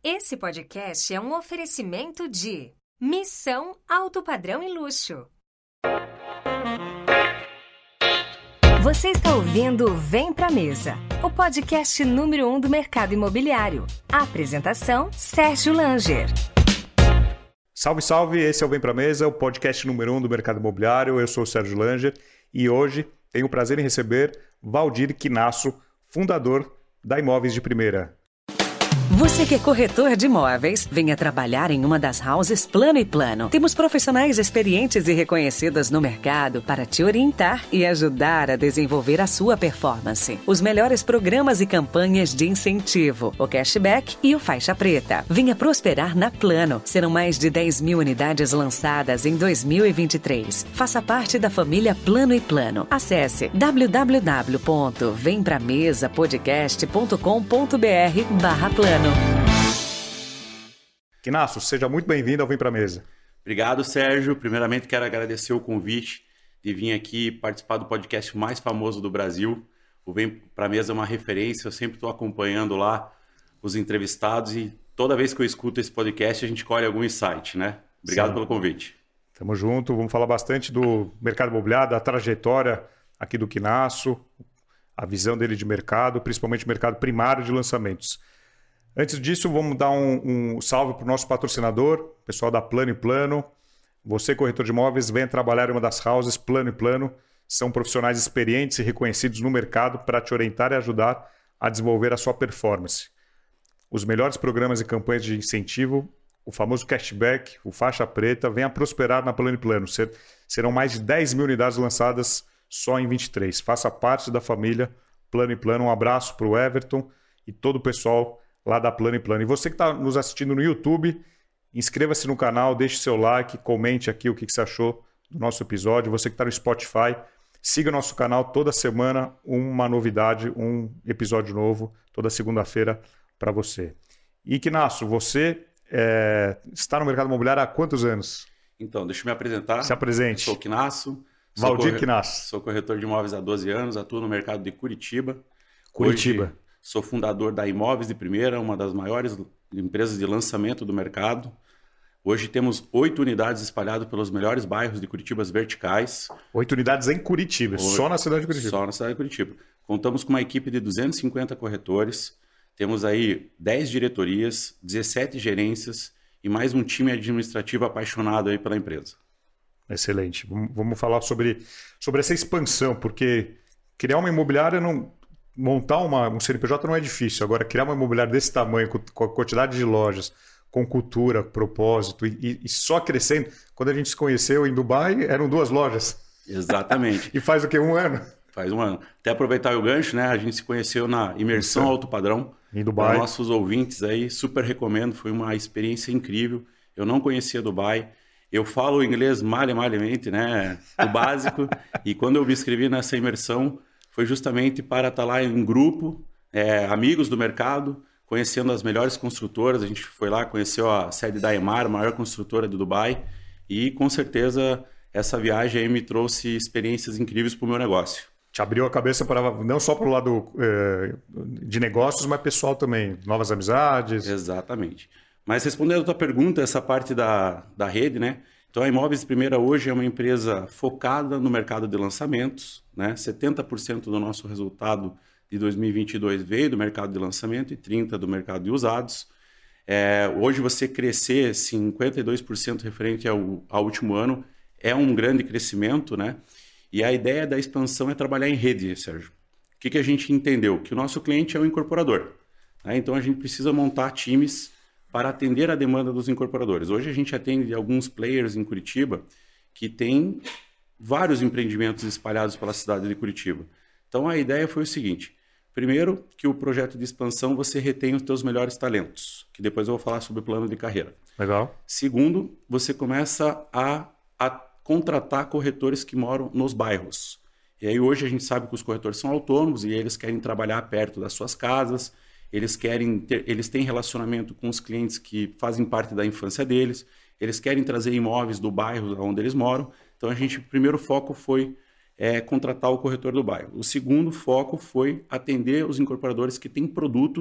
Esse podcast é um oferecimento de Missão Alto Padrão e Luxo. Você está ouvindo Vem Pra Mesa, o podcast número 1 do mercado imobiliário. A apresentação, Sérgio Langer. Salve, salve! Esse é o Vem Pra Mesa, o podcast número 1 do mercado imobiliário. Eu sou o Sérgio Langer e hoje tenho o prazer em receber Valdir Quinasso, fundador da Imóveis de Primeira. Você que é corretor de imóveis, venha trabalhar em uma das houses Plano e Plano. Temos profissionais experientes e reconhecidos no mercado para te orientar e ajudar a desenvolver a sua performance. Os melhores programas e campanhas de incentivo, o cashback e o faixa preta. Venha prosperar na Plano. Serão mais de 10 mil unidades lançadas em 2023. Faça parte da família Plano e Plano. Acesse www.vempramesapodcast.com.br/plano. Quinasso, seja muito bem-vindo ao Vem Pra Mesa. Obrigado, Sérgio. Primeiramente, quero agradecer o convite de vir aqui participar do podcast mais famoso do Brasil. O Vem Pra Mesa é uma referência, eu sempre estou acompanhando lá os entrevistados e toda vez que eu escuto esse podcast a gente colhe algum insight, né? Obrigado pelo convite. Tamo junto, vamos falar bastante do mercado imobiliário, da trajetória aqui do Quinasso, a visão dele de mercado, principalmente mercado primário de lançamentos. Antes disso, vamos dar um salve para o nosso patrocinador, pessoal da Plano e Plano. Você, corretor de imóveis, venha trabalhar em uma das houses Plano e Plano. São profissionais experientes e reconhecidos no mercado para te orientar e ajudar a desenvolver a sua performance. Os melhores programas e campanhas de incentivo, o famoso cashback, o faixa preta, venha prosperar na Plano e Plano. Serão mais de 10 mil unidades lançadas só em 23. Faça parte da família Plano e Plano. Um abraço para o Everton e todo o pessoal lá da Plano e Plano. E você que está nos assistindo no YouTube, inscreva-se no canal, deixe seu like, comente aqui o que você achou do nosso episódio. Você que está no Spotify, siga nosso canal toda semana, uma novidade, um episódio novo, toda segunda-feira para você. E Quinasso, você está no mercado imobiliário há quantos anos? Então, deixa eu me apresentar. Se apresente. Eu sou o Quinasso. Valdir Quinasso. Sou corretor de imóveis há 12 anos, atuo no mercado de Curitiba. Curitiba. Hoje, sou fundador da Imóveis de Primeira, uma das maiores empresas de lançamento do mercado. Hoje temos 8 unidades espalhadas pelos melhores bairros de Curitiba verticais. 8 unidades em Curitiba, só na cidade de Curitiba. Só na cidade de Curitiba. Contamos com uma equipe de 250 corretores, temos aí 10 diretorias, 17 gerências e mais um time administrativo apaixonado aí pela empresa. Excelente. Vamos falar sobre essa expansão, porque criar uma imobiliária montar um CNPJ não é difícil. Agora, criar uma imobiliária desse tamanho, com a quantidade de lojas, com cultura, propósito, e só crescendo. Quando a gente se conheceu em Dubai, eram 2 lojas. Exatamente. E faz o quê? 1 ano? Faz 1 ano. Até aproveitar o gancho, né? A gente se conheceu na Imersão Alto Padrão. Em Dubai. Para nossos ouvintes aí, super recomendo. Foi uma experiência incrível. Eu não conhecia Dubai. Eu falo inglês malhamente, né? O básico. E quando eu me inscrevi nessa imersão, foi justamente para estar lá em grupo, amigos do mercado, conhecendo as melhores construtoras. A gente foi lá, conheceu a sede da Emaar, a maior construtora do Dubai. E, com certeza, essa viagem aí me trouxe experiências incríveis para o meu negócio. Te abriu a cabeça não só para o lado de negócios, mas pessoal também. Novas amizades. Exatamente. Mas respondendo a tua pergunta, essa parte da rede, né? Então, a Imóveis Primeira hoje é uma empresa focada no mercado de lançamentos, né? 70% do nosso resultado de 2022 veio do mercado de lançamento e 30% do mercado de usados. Hoje, você crescer 52% referente ao último ano é um grande crescimento, né? E a ideia da expansão é trabalhar em rede, Sérgio. O que a gente entendeu? Que o nosso cliente é o incorporador, né? Então, a gente precisa montar times para atender a demanda dos incorporadores. Hoje a gente atende alguns players em Curitiba que têm vários empreendimentos espalhados pela cidade de Curitiba. Então a ideia foi o seguinte: primeiro, que o projeto de expansão você retém os teus melhores talentos, que depois eu vou falar sobre o plano de carreira. Legal. Segundo, você começa a contratar corretores que moram nos bairros. E aí hoje a gente sabe que os corretores são autônomos e eles querem trabalhar perto das suas casas. Eles têm relacionamento com os clientes que fazem parte da infância deles, eles querem trazer imóveis do bairro onde eles moram. Então, o primeiro foco foi contratar o corretor do bairro. O segundo foco foi atender os incorporadores que têm produtos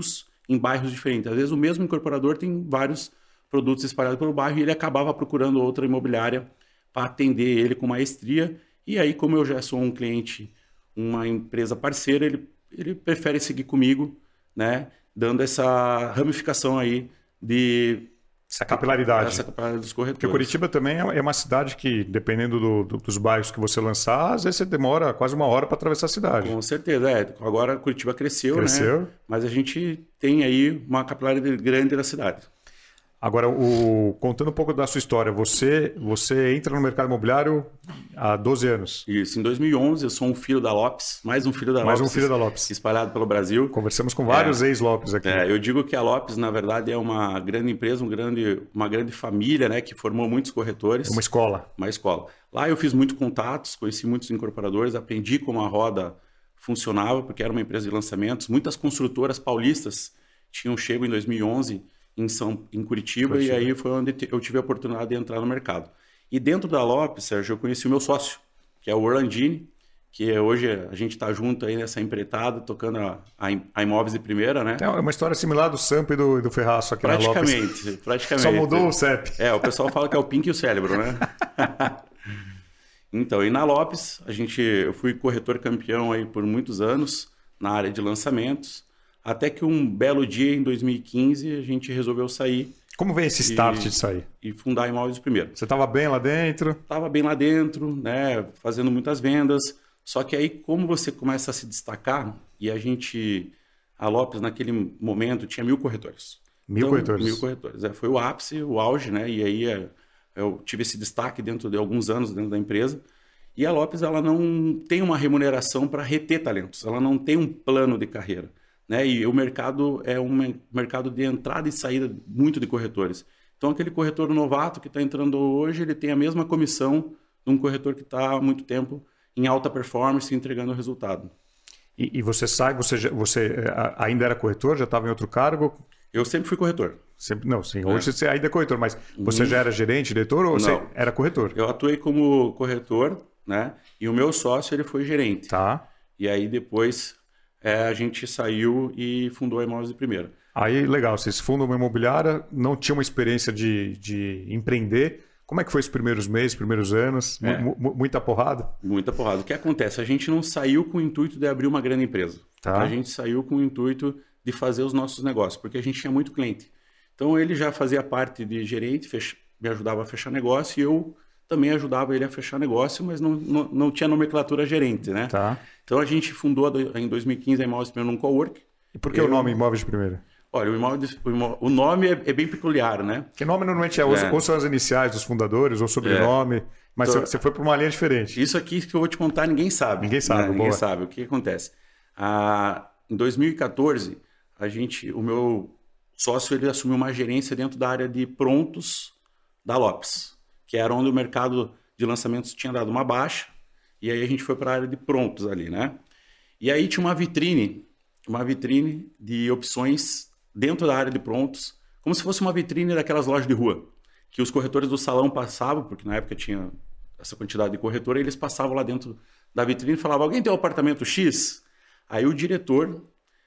em bairros diferentes. Às vezes o mesmo incorporador tem vários produtos espalhados pelo bairro e ele acabava procurando outra imobiliária para atender ele com maestria. E aí, como eu já sou um cliente, uma empresa parceira, ele prefere seguir comigo, né? Dando essa ramificação aí essa capilaridade. Essa capilaridade dos corretores. Porque Curitiba também é uma cidade que, dependendo dos bairros que você lançar, às vezes você demora quase 1 hora para atravessar a cidade. Com certeza. Agora Curitiba cresceu, né? Mas a gente tem aí uma capilaridade grande da cidade. Agora, contando um pouco da sua história, você entra no mercado imobiliário há 12 anos. Isso, em 2011 eu sou um filho da Lopes, mais um filho da Lopes, espalhado pelo Brasil. Conversamos com vários ex-Lopes aqui. Eu digo que a Lopes, na verdade, é uma grande empresa, uma grande família, né, que formou muitos corretores. Uma escola. Uma escola. Lá eu fiz muitos contatos, conheci muitos incorporadores, aprendi como a roda funcionava, porque era uma empresa de lançamentos. Muitas construtoras paulistas tinham chego em 2011 em Curitiba, e aí foi onde eu tive a oportunidade de entrar no mercado. E dentro da Lopes, Sérgio, eu conheci o meu sócio, que é o Orlandini, que hoje a gente está junto aí nessa empreitada, tocando a imóveis de primeira, né? É uma história similar do Sampa e do Ferraço aqui na Lopes. Praticamente. Só mudou o CEP. O pessoal fala que é o Pink e o cérebro, né? Então, e na Lopes, eu fui corretor campeão aí por muitos anos na área de lançamentos, até que um belo dia, em 2015, a gente resolveu sair. Como veio esse start de sair? E fundar a Imóveis primeiro. Você estava bem lá dentro? Estava bem lá dentro, né? Fazendo muitas vendas. Só que aí, como você começa a se destacar, e a Lopes, naquele momento, tinha 1.000 corretores. 1.000 corretores? 1.000 corretores. Foi o ápice, o auge, né? E aí eu tive esse destaque dentro de alguns anos dentro da empresa. E a Lopes, ela não tem uma remuneração para reter talentos. Ela não tem um plano de carreira. Né? E o mercado é um mercado de entrada e saída muito de corretores. Então, aquele corretor novato que está entrando hoje, ele tem a mesma comissão de um corretor que está há muito tempo em alta performance, entregando o resultado. E você sai, você ainda era corretor? Já estava em outro cargo? Eu sempre fui corretor. Não, sim. Hoje você ainda é corretor, mas você já era gerente, diretor ou você era corretor? Eu atuei como corretor, né? E o meu sócio, ele foi gerente. Tá. E aí, depois... a gente saiu e fundou a Imóveis de Primeira. Aí, legal, vocês fundam uma imobiliária, não tinham uma experiência de empreender. Como é que foi os primeiros meses, primeiros anos? Muita porrada? Muita porrada. O que acontece? A gente não saiu com o intuito de abrir uma grande empresa. Tá. A gente saiu com o intuito de fazer os nossos negócios, porque a gente tinha muito cliente. Então, ele já fazia parte de gerente, me ajudava a fechar negócio, e eu também ajudava ele a fechar negócio, mas não tinha nomenclatura gerente, né? Tá. Então, a gente fundou em 2015 a Imóveis de Primeira num cowork. E por que o nome Imóveis de Primeira? Olha, o nome é bem peculiar, né? Que nome normalmente ou são as iniciais dos fundadores, ou sobrenome, mas então, você foi para uma linha diferente. Isso aqui que eu vou te contar, ninguém sabe. Ninguém sabe, né? Ninguém sabe. O que acontece? Em 2014, o meu sócio, ele assumiu uma gerência dentro da área de prontos da Lopes, que era onde o mercado de lançamentos tinha dado uma baixa, e aí a gente foi para a área de prontos ali, né? E aí tinha uma vitrine de opções dentro da área de prontos, como se fosse uma vitrine daquelas lojas de rua, que os corretores do salão passavam, porque na época tinha essa quantidade de corretora, e eles passavam lá dentro da vitrine e falavam: alguém tem um apartamento X? Aí o diretor,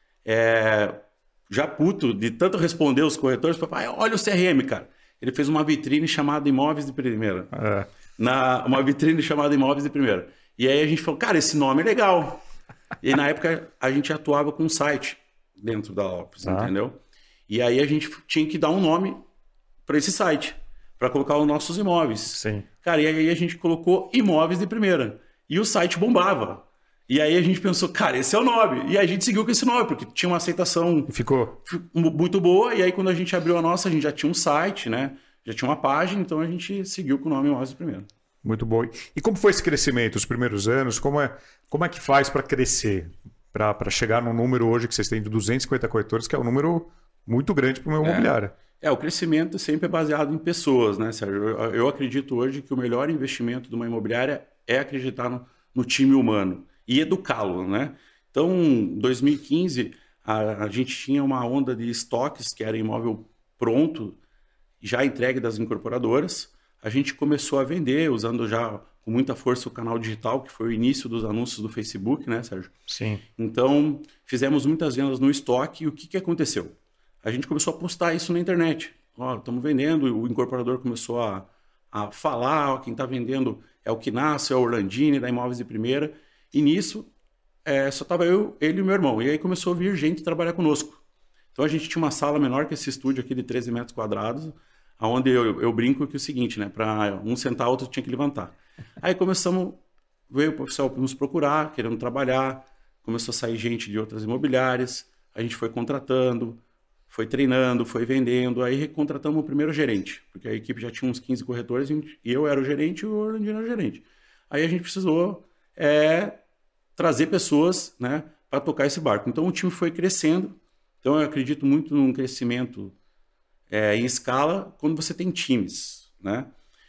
já puto de tanto responder os corretores, falou: olha o CRM, cara. Ele fez uma vitrine chamada Imóveis de Primeira. Uma vitrine chamada Imóveis de Primeira. E aí a gente falou: cara, esse nome é legal. E na época a gente atuava com um site dentro da Lopes, entendeu? E aí a gente tinha que dar um nome para esse site, para colocar os nossos imóveis. Sim. Cara, e aí a gente colocou Imóveis de Primeira. E o site bombava. E aí a gente pensou: cara, esse é o nome. E a gente seguiu com esse nome, porque tinha uma aceitação muito boa. E aí quando a gente abriu a nossa, a gente já tinha um site, né? Já tinha uma página, então a gente seguiu com o nome Imóveis de Primeira. Muito bom. E como foi esse crescimento, os primeiros anos? Como é que faz para crescer? Para chegar num número hoje que vocês têm de 250 corretores, que é um número muito grande para uma imobiliária. O crescimento sempre é baseado em pessoas, né, Sérgio? Eu acredito hoje que o melhor investimento de uma imobiliária é acreditar no time humano e educá-lo, né? Então, em 2015, a gente tinha uma onda de estoques, que era imóvel pronto, já entregue das incorporadoras. A gente começou a vender, usando já com muita força o canal digital, que foi o início dos anúncios do Facebook, né, Sérgio? Sim. Então, fizemos muitas vendas no estoque, e o que aconteceu? a gente começou a postar isso na internet. Ó, estamos vendendo, o incorporador começou a falar, ó, quem está vendendo é o Quinasso, é o Orlandini, da Imóveis de Primeira. E nisso, só estava eu, ele e o meu irmão. E aí começou a vir gente trabalhar conosco. Então a gente tinha uma sala menor que esse estúdio aqui de 13 metros quadrados, onde eu brinco que é o seguinte, né? Para um sentar, outro tinha que levantar. Aí veio o pessoal nos procurar, querendo trabalhar, começou a sair gente de outras imobiliárias, a gente foi contratando, foi treinando, foi vendendo, aí contratamos o primeiro gerente, porque a equipe já tinha uns 15 corretores e eu era o gerente e o Orlandini era o gerente. Aí a gente precisou trazer pessoas, né, para tocar esse barco. Então o time foi crescendo. Então eu acredito muito num crescimento em escala quando você tem times, né?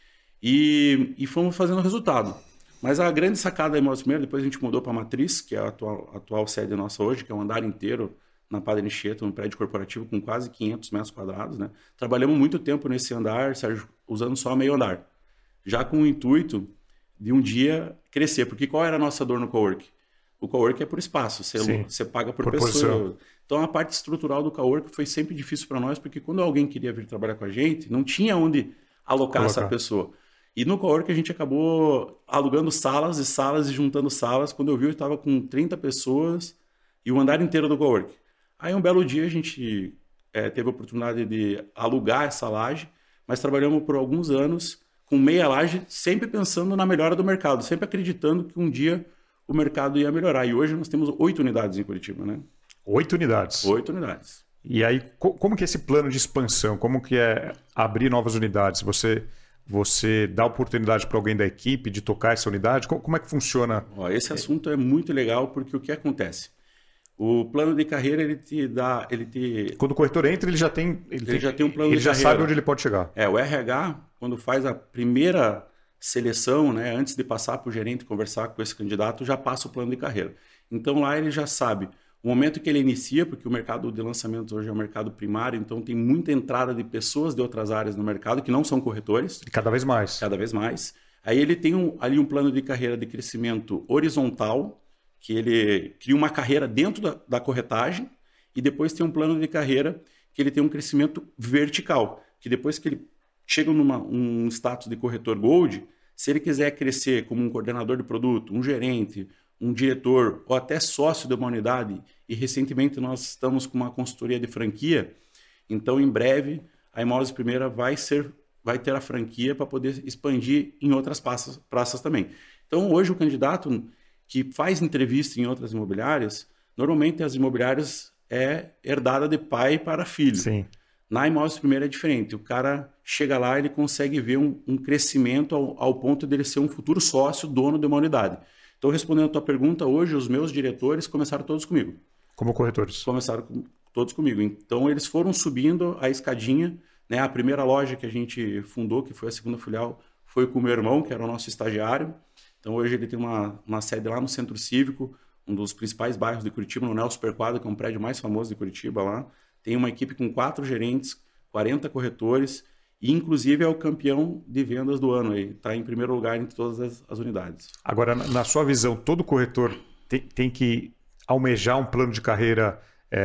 E fomos fazendo resultado. Mas a grande sacada da Imóveis Primeira, depois a gente mudou para a Matriz, que é a atual sede nossa hoje, que é um andar inteiro na Padre Anchieta, um prédio corporativo com quase 500 metros quadrados, né? Trabalhamos muito tempo nesse andar, Sérgio, usando só meio andar, já com o intuito de um dia crescer. Porque qual era a nossa dor no cowork? O cowork é por espaço, você paga por pessoa. Posição. Então a parte estrutural do cowork foi sempre difícil para nós, porque quando alguém queria vir trabalhar com a gente, não tinha onde alocar essa pessoa. E no cowork a gente acabou alugando salas e salas e juntando salas. Quando eu estava com 30 pessoas e o andar inteiro do cowork. Aí um belo dia a gente teve a oportunidade de alugar essa laje, mas trabalhamos por alguns anos com meia laje, sempre pensando na melhora do mercado, sempre acreditando que um dia o mercado ia melhorar. E hoje nós temos 8 unidades em Curitiba, né? 8 unidades? 8 unidades. E aí, como que é esse plano de expansão? Como que é abrir novas unidades? Você dá oportunidade para alguém da equipe de tocar essa unidade? Como é que funciona? Esse assunto é muito legal porque o que acontece? O plano de carreira, ele te dá... Quando o corretor entra, ele já tem um plano de carreira. Ele já sabe onde ele pode chegar. O RH, quando faz a primeira seleção, né, antes de passar para o gerente conversar com esse candidato, já passa o plano de carreira. Então lá ele já sabe o momento que ele inicia, porque o mercado de lançamentos hoje é um mercado primário, então tem muita entrada de pessoas de outras áreas no mercado que não são corretores. E cada vez mais. Cada vez mais. Aí ele tem ali um plano de carreira de crescimento horizontal, que ele cria uma carreira dentro da corretagem, e depois tem um plano de carreira que ele tem um crescimento vertical, que depois que ele chega um status de corretor Gold, se ele quiser crescer como um coordenador de produto, um gerente, um diretor ou até sócio de uma unidade, e recentemente nós estamos com uma consultoria de franquia, então em breve a Imóveis Primeira vai ter a franquia para poder expandir em outras praças também. Então hoje o candidato que faz entrevista em outras imobiliárias, normalmente as imobiliárias é herdada de pai para filho. Sim. Na Imóveis Primeira é diferente. O cara chega lá, ele consegue ver um crescimento ao ponto dele ser um futuro sócio, dono de uma unidade. Então, respondendo a tua pergunta, hoje os meus diretores começaram todos comigo. Como corretores? Começaram todos comigo. Então, eles foram subindo a escadinha, né? A primeira loja que a gente fundou, que foi a segunda filial, foi com o meu irmão, que era o nosso estagiário. Então, hoje ele tem uma sede lá no Centro Cívico, um dos principais bairros de Curitiba, no Nelson Perquadro, que é um prédio mais famoso de Curitiba lá. Tem uma equipe com 4 gerentes, 40 corretores, e inclusive é o campeão de vendas do ano. Está em primeiro lugar entre todas as unidades. Agora, na sua visão, todo corretor tem que almejar um plano de carreira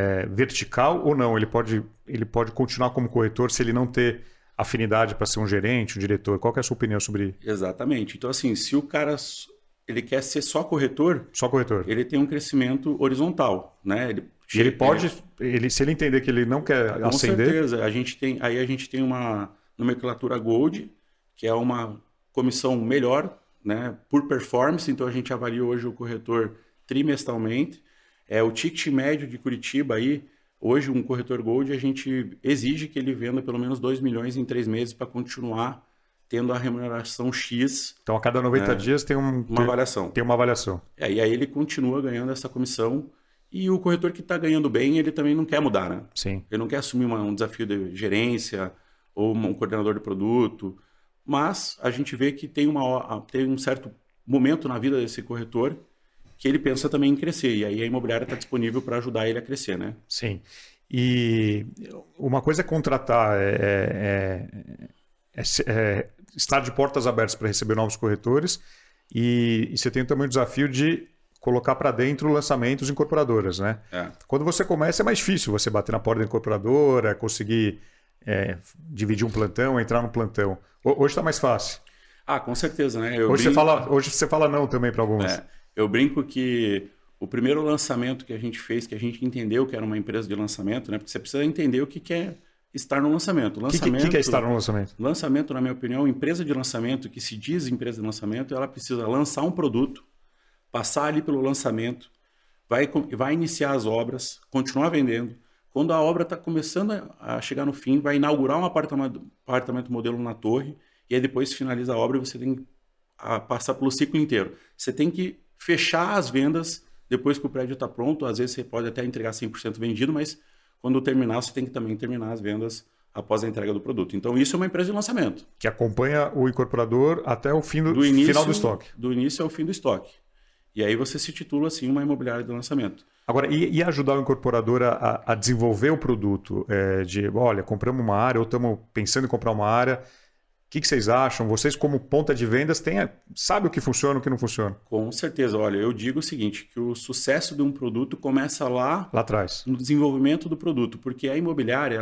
vertical ou não? Ele pode continuar como corretor se ele não ter afinidade para ser um gerente, um diretor? Qual que é a sua opinião sobre isso? Exatamente. Então, assim, se o cara ele quer ser só corretor, ele tem um crescimento horizontal, né? Ele pode, se ele entender que ele não quer ascender... Com certeza. A gente tem uma nomenclatura Gold, que é uma comissão melhor, né, por performance. Então, a gente avalia hoje o corretor trimestralmente. O ticket médio de Curitiba, hoje um corretor Gold, a gente exige que ele venda pelo menos 2 milhões em 3 meses para continuar tendo a remuneração X. Então, a cada 90 dias tem uma avaliação. Tem uma avaliação. E aí ele continua ganhando essa comissão. E o corretor que está ganhando bem, ele também não quer mudar, né? Sim. Ele não quer assumir um desafio de gerência ou um coordenador de produto. Mas a gente vê que tem um certo momento na vida desse corretor que ele pensa também em crescer. E aí a imobiliária está disponível para ajudar ele a crescer, né? Sim. E uma coisa é contratar, estar de portas abertas para receber novos corretores, e você tem também o desafio de colocar para dentro lançamentos incorporadoras, né? Quando você começa é mais difícil você bater na porta da incorporadora, conseguir dividir um plantão, entrar no plantão. Hoje está mais fácil. Com certeza, né? Hoje você fala não também para alguns. Eu brinco que o primeiro lançamento que a gente fez, que a gente entendeu que era uma empresa de lançamento, né? Porque você precisa entender o que é estar no lançamento. O que é estar no lançamento? Lançamento, na minha opinião, empresa de lançamento, que se diz empresa de lançamento, ela precisa lançar um produto, passar ali pelo lançamento, vai iniciar as obras, continuar vendendo. Quando a obra está começando a chegar no fim, vai inaugurar um apartamento modelo na torre, e aí depois finaliza a obra e você tem que passar pelo ciclo inteiro. Você tem que fechar as vendas depois que o prédio está pronto. Às vezes você pode até entregar 100% vendido, mas quando terminar, você tem que também terminar as vendas após a entrega do produto. Então, isso é uma empresa de lançamento. Que acompanha o incorporador até o final do estoque. Do início ao fim do estoque. E aí você se titula, assim, uma imobiliária de lançamento. Agora, e ajudar o incorporador a desenvolver o produto? Olha, compramos uma área ou estamos pensando em comprar uma área. O que vocês acham? Vocês, como ponta de vendas, sabe o que funciona e o que não funciona? Com certeza. Olha, eu digo o seguinte, que o sucesso de um produto começa lá atrás, no desenvolvimento do produto. Porque a imobiliária,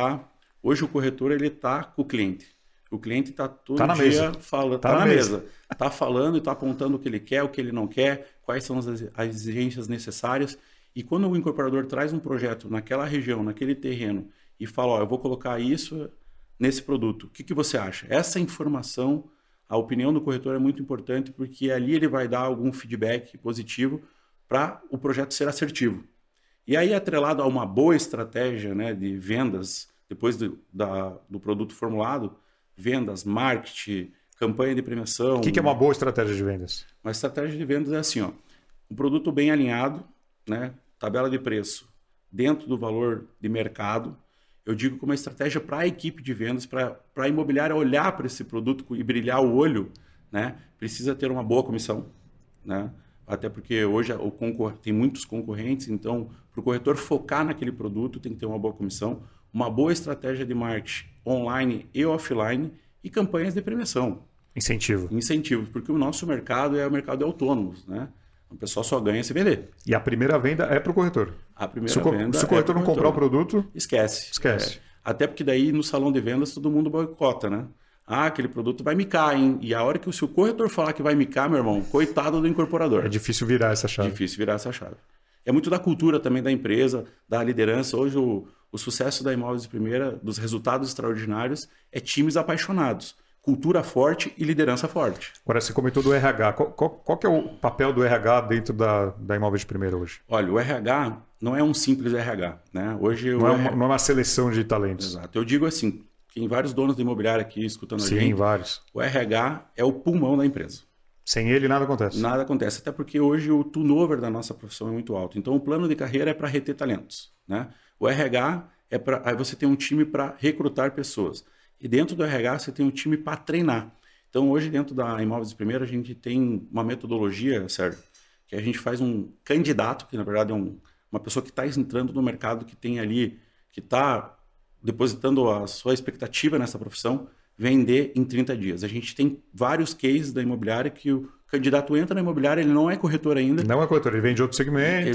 hoje o corretor está com o cliente. O cliente está todo dia falando, está na mesa. Está falando e está apontando o que ele quer, o que ele não quer, quais são as exigências necessárias. E quando o incorporador traz um projeto naquela região, naquele terreno, e fala, eu vou colocar isso nesse produto, o que você acha? Essa informação, a opinião do corretor é muito importante, porque ali ele vai dar algum feedback positivo para o projeto ser assertivo. E aí, atrelado a uma boa estratégia, né, de vendas, depois do produto formulado, vendas, marketing, campanha de premiação... O que é uma boa estratégia de vendas? Uma estratégia de vendas é assim, um produto bem alinhado, né, tabela de preço dentro do valor de mercado. Eu digo como uma estratégia para a equipe de vendas, para a imobiliária olhar para esse produto e brilhar o olho, né, precisa ter uma boa comissão, né? Até porque hoje tem muitos concorrentes, então para o corretor focar naquele produto tem que ter uma boa comissão, uma boa estratégia de marketing online e offline e campanhas de premiação. Incentivos, porque o nosso mercado é o mercado de autônomos, né? O pessoal só ganha se vender. E a primeira venda é para o corretor. Se o corretor não comprar o produto... Esquece. Até porque daí no salão de vendas todo mundo boicota, né? Aquele produto vai micar, hein? E a hora que se o corretor falar que vai micar, meu irmão, coitado do incorporador. É difícil virar essa chave. É muito da cultura também da empresa, da liderança. Hoje o sucesso da Imóveis de Primeira, dos resultados extraordinários, é times apaixonados. Cultura forte e liderança forte. Agora, você comentou do RH. Qual que é o papel do RH dentro da Imóveis de Primeira hoje? Olha, o RH não é um simples RH, né? Hoje não é uma seleção de talentos. Exato. Eu digo assim, tem vários donos de imobiliária aqui escutando a gente. Sim, vários. O RH é o pulmão da empresa. Sem ele, nada acontece. Nada acontece, até porque hoje o turnover da nossa profissão é muito alto. Então, o plano de carreira é para reter talentos, né? O RH aí você tem um time para recrutar pessoas. E dentro do RH você tem um time para treinar. Então, hoje, dentro da Imóveis de Primeira, a gente tem uma metodologia, Sérgio, que a gente faz um candidato, que na verdade é uma pessoa que está entrando no mercado, que tem ali, que está depositando a sua expectativa nessa profissão, vender em 30 dias. A gente tem vários cases da imobiliária que o candidato entra na imobiliária, ele não é corretor ainda. Não é corretor, ele vem de outro segmento.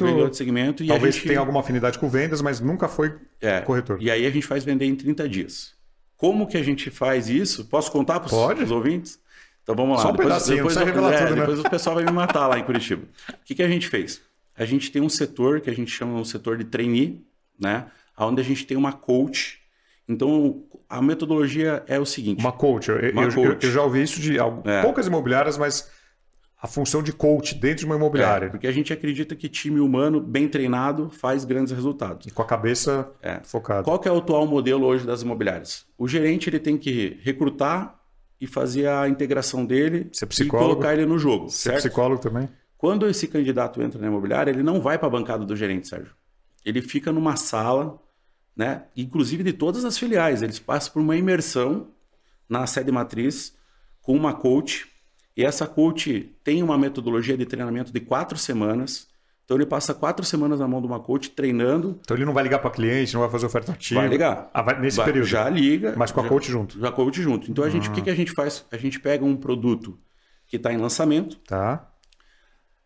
E talvez tenha alguma afinidade com vendas, mas nunca foi corretor. E aí a gente faz vender em 30 dias. Como que a gente faz isso? Posso contar para os ouvintes? Então vamos lá. Só um pedacinho, depois, não precisa revelar tudo, né? Depois o pessoal vai me matar lá em Curitiba. O que a gente fez? A gente tem um setor que a gente chama um setor de trainee, né? Onde a gente tem uma coach. Então, a metodologia é o seguinte. Uma coach. Eu já ouvi isso de poucas imobiliárias, mas a função de coach dentro de uma imobiliária. Porque a gente acredita que time humano bem treinado faz grandes resultados. E com a cabeça focada. Qual que é o atual modelo hoje das imobiliárias? O gerente ele tem que recrutar e fazer a integração dele e colocar ele no jogo. Ser psicólogo também. Quando esse candidato entra na imobiliária, ele não vai para a bancada do gerente, Sérgio. Ele fica numa sala, né? Inclusive de todas as filiais. Eles passam por uma imersão na sede matriz com uma coach. E essa coach tem uma metodologia de treinamento de 4 semanas. Então ele passa 4 semanas na mão de uma coach treinando. Então ele não vai ligar para cliente, não vai fazer oferta ativa. Vai ligar. Nesse período. Já liga. Mas com a coach junto. Já com a coach junto. Então o que a gente faz? A gente pega um produto que está em lançamento. Tá.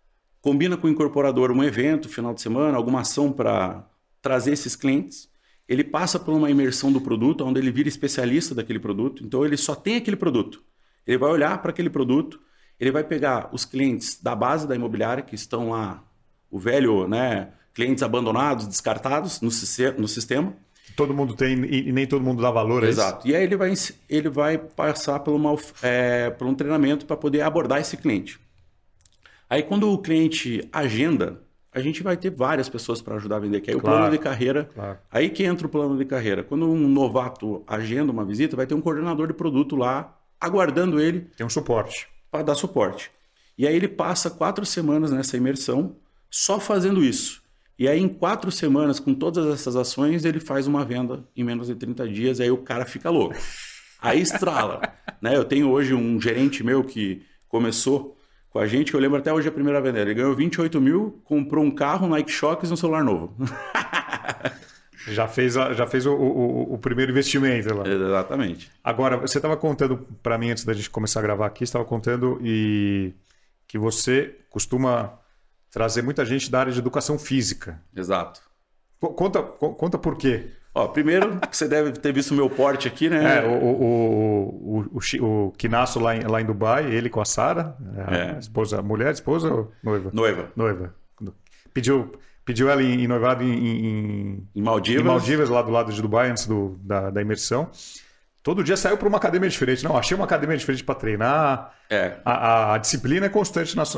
combina com o incorporador um evento, final de semana, alguma ação para trazer esses clientes. Ele passa por uma imersão do produto, onde ele vira especialista daquele produto. Então, ele só tem aquele produto. Ele vai olhar para aquele produto, ele vai pegar os clientes da base da imobiliária, que estão lá, o velho, né, clientes abandonados, descartados no sistema. Todo mundo tem e nem todo mundo dá valor a isso. Exato. E aí ele vai passar por um treinamento para poder abordar esse cliente. Aí, quando o cliente agenda, a gente vai ter várias pessoas para ajudar a vender, que é o plano de carreira. Claro. Aí que entra o plano de carreira. Quando um novato agenda uma visita, vai ter um coordenador de produto lá, aguardando ele. Tem um suporte. Para dar suporte. E aí ele passa 4 semanas nessa imersão, só fazendo isso. E aí, em 4 semanas, com todas essas ações, ele faz uma venda em menos de 30 dias, aí o cara fica louco. Aí estrala. Né? Eu tenho hoje um gerente meu que começou com a gente, que eu lembro até hoje a primeira venda. Ele ganhou 28 mil, comprou um carro, Nike Shox e um celular novo. Já fez o primeiro investimento lá. Exatamente. Agora, você estava contando para mim, antes da gente começar a gravar aqui, você estava contando que você costuma trazer muita gente da área de educação física. Exato. Conta por quê. Ó, primeiro, você deve ter visto o meu porte aqui, né? O Kinasso lá em Dubai, ele com a Sara, esposa, mulher, esposa ou noiva? Noiva. Pediu ela em noivado em Maldivas. Em Maldivas, lá do lado de Dubai, antes da imersão. Todo dia saiu para uma academia diferente. Não, achei uma academia diferente para treinar. A disciplina é constante no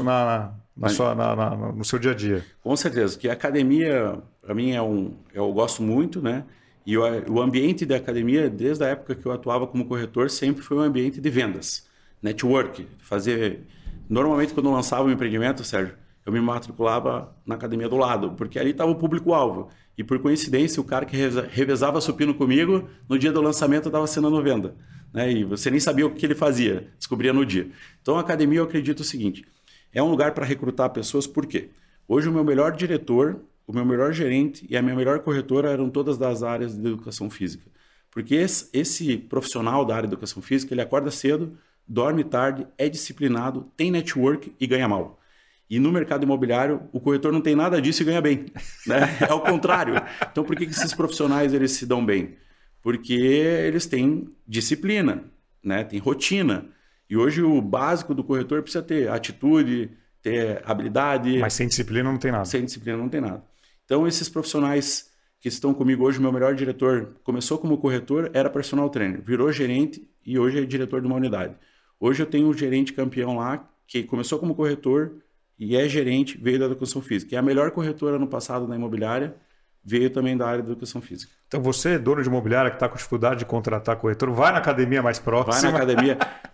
seu dia a dia. Com certeza. Que a academia, para mim, eu gosto muito, né? E o ambiente da academia, desde a época que eu atuava como corretor, sempre foi um ambiente de vendas. Network. Normalmente, quando eu lançava um empreendimento, Sérgio, eu me matriculava na academia do lado, porque ali estava o público-alvo. E por coincidência, o cara que revezava supino comigo, no dia do lançamento estava assinando venda. Né? E você nem sabia o que ele fazia, descobria no dia. Então, a academia, eu acredito o seguinte, é um lugar para recrutar pessoas, por quê? Hoje, o meu melhor diretor, o meu melhor gerente e a minha melhor corretora eram todas das áreas de educação física. Porque esse profissional da área de educação física, ele acorda cedo, dorme tarde, é disciplinado, tem network e ganha mal. E no mercado imobiliário, o corretor não tem nada disso e ganha bem. Né? É o contrário. Então, por que esses profissionais eles se dão bem? Porque eles têm disciplina, né? Tem rotina. E hoje o básico do corretor precisa ter atitude, ter habilidade. Mas sem disciplina não tem nada. Sem disciplina não tem nada. Então, esses profissionais que estão comigo hoje, o meu melhor diretor começou como corretor, era personal trainer, virou gerente e hoje é diretor de uma unidade. Hoje eu tenho um gerente campeão lá que começou como corretor e é gerente, veio da educação física. E a melhor corretora no passado na imobiliária veio também da área da educação física. Então você, dono de imobiliária que está com dificuldade de contratar corretor, vai na academia mais próxima. Vai na academia.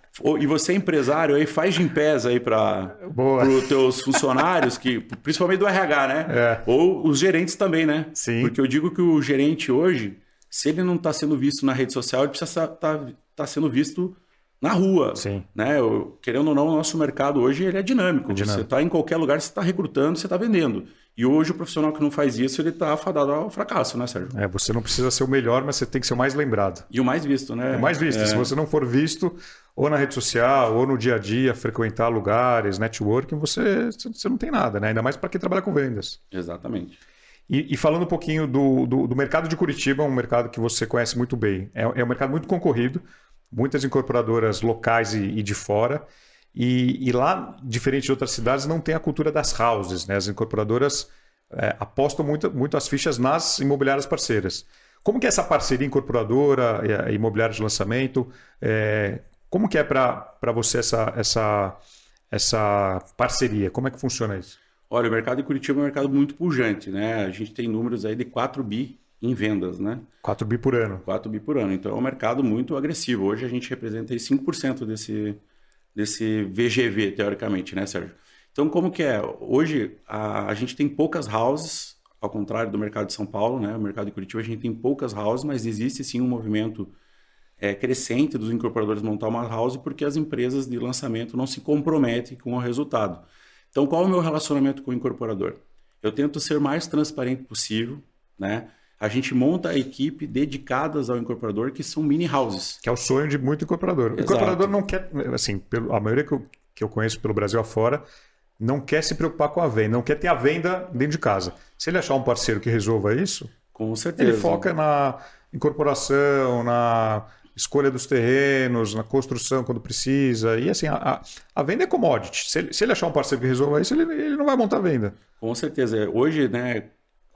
E você é empresário, aí faz Gympass aí para os teus funcionários, principalmente do RH, né? Ou os gerentes também, né? Sim. Porque eu digo que o gerente hoje, se ele não está sendo visto na rede social, ele precisa estar sendo visto na rua. Sim. Né? Querendo ou não, o nosso mercado hoje ele é dinâmico. Você está em qualquer lugar, você está recrutando, você está vendendo. E hoje o profissional que não faz isso, ele está afadado ao fracasso, né, Sérgio? Você não precisa ser o melhor, mas você tem que ser o mais lembrado. E o mais visto, né? O mais visto. Se você não for visto, ou na rede social, ou no dia a dia, frequentar lugares, networking, você não tem nada, né? Ainda mais para quem trabalha com vendas. Exatamente. E falando um pouquinho do mercado de Curitiba, um mercado que você conhece muito bem. É um mercado muito concorrido, muitas incorporadoras locais e de fora. E lá, diferente de outras cidades, não tem a cultura das houses. Né? As incorporadoras apostam muito as fichas nas imobiliárias parceiras. Como que é essa parceria incorporadora, imobiliária de lançamento? Como que é para você essa parceria? Como é que funciona isso? Olha, o mercado de Curitiba é um mercado muito pujante. Né? A gente tem números aí de 4 bi em vendas, né? 4 bi por ano. 4 bi por ano. Então é um mercado muito agressivo. Hoje a gente representa aí 5% desse VGV, teoricamente, né, Sérgio? Então, como que é? Hoje a gente tem poucas houses, ao contrário do mercado de São Paulo, né? O mercado de Curitiba a gente tem poucas houses, mas existe sim um movimento crescente dos incorporadores montar uma house porque as empresas de lançamento não se comprometem com o resultado. Então, qual é o meu relacionamento com o incorporador? Eu tento ser o mais transparente possível, né? A gente monta a equipe dedicadas ao incorporador, que são mini houses. Que é o sonho de muito incorporador. Exato. O incorporador não quer, assim, a maioria que eu conheço pelo Brasil afora, não quer se preocupar com a venda, não quer ter a venda dentro de casa. Se ele achar um parceiro que resolva isso, com certeza. Ele foca na incorporação, na escolha dos terrenos, na construção quando precisa. E assim, a venda é commodity. Se ele achar um parceiro que resolva isso, ele não vai montar a venda. Com certeza. Hoje, né,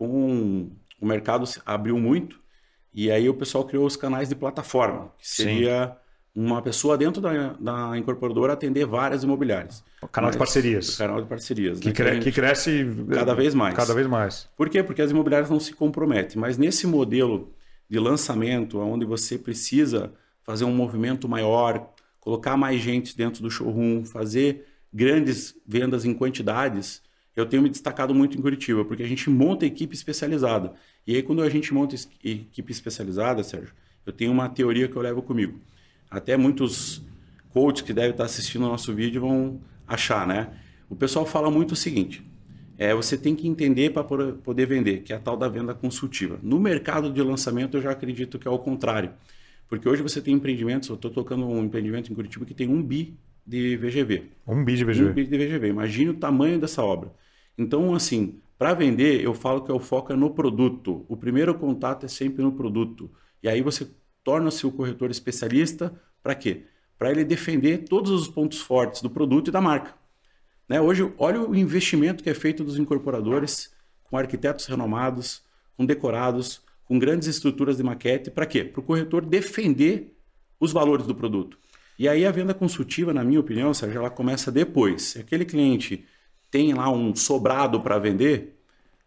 com o mercado abriu muito, e aí o pessoal criou os canais de plataforma, que seria uma pessoa dentro da incorporadora atender várias imobiliárias. O canal de parcerias. O canal de parcerias. Que cresce cada vez mais. Cada vez mais. Por quê? Porque as imobiliárias não se comprometem. Mas nesse modelo de lançamento, onde você precisa fazer um movimento maior, colocar mais gente dentro do showroom, fazer grandes vendas em quantidades, eu tenho me destacado muito em Curitiba, porque a gente monta equipe especializada. E aí, quando a gente monta equipe especializada, Sérgio, eu tenho uma teoria que eu levo comigo. Até muitos coaches que devem estar assistindo o nosso vídeo vão achar, né? O pessoal fala muito o seguinte, você tem que entender para poder vender, que é a tal da venda consultiva. No mercado de lançamento, eu já acredito que é o contrário. Porque hoje você tem empreendimentos, eu estou tocando um empreendimento em Curitiba que tem 1 bi de VGV. 1 bi de VGV. 1 bi de VGV. Imagine o tamanho dessa obra. Então, assim, para vender, eu falo que o foco é no produto. O primeiro contato é sempre no produto. E aí você torna-se o corretor especialista para quê? Para ele defender todos os pontos fortes do produto e da marca. Né? Hoje, olha o investimento que é feito dos incorporadores com arquitetos renomados, com decorados, com grandes estruturas de maquete. Para quê? Para o corretor defender os valores do produto. E aí a venda consultiva, na minha opinião, Sérgio, ela começa depois. Se aquele cliente tem lá um sobrado para vender,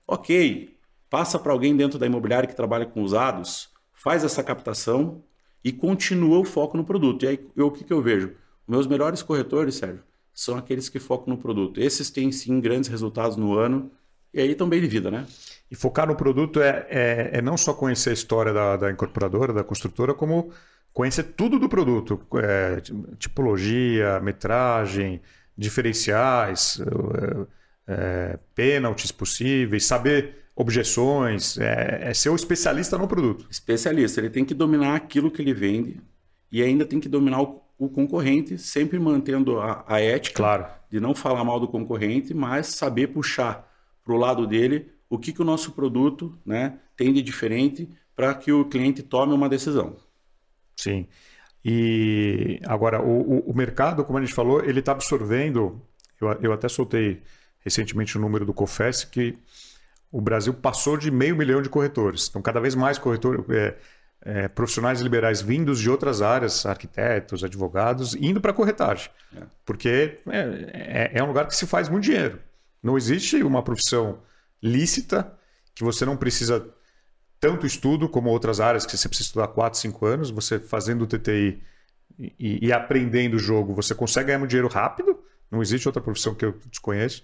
ok, passa para alguém dentro da imobiliária que trabalha com usados, faz essa captação e continua o foco no produto. E aí o que eu vejo? Meus melhores corretores, Sérgio, são aqueles que focam no produto. Esses têm sim grandes resultados no ano e aí estão bem de vida, né? E focar no produto é não só conhecer a história da incorporadora, da construtora, como conhecer tudo do produto. Tipologia, metragem, diferenciais, pênaltis possíveis, saber objeções, ser o especialista no produto. Especialista, ele tem que dominar aquilo que ele vende e ainda tem que dominar o concorrente, sempre mantendo a ética, claro, de não falar mal do concorrente, mas saber puxar para o lado dele o que o nosso produto, né, tem de diferente para que o cliente tome uma decisão. Sim. E agora, o mercado, como a gente falou, ele está absorvendo, eu até soltei recentemente o número do COFES, que o Brasil passou de 500 mil de corretores. Então, cada vez mais profissionais liberais vindos de outras áreas, arquitetos, advogados, indo para a corretagem. Porque é um lugar que se faz muito dinheiro. Não existe uma profissão lícita que você não precisa tanto estudo como outras áreas que você precisa estudar 4, 5 anos. Você fazendo o TTI e aprendendo o jogo, você consegue ganhar muito dinheiro rápido. Não existe outra profissão que eu desconheço.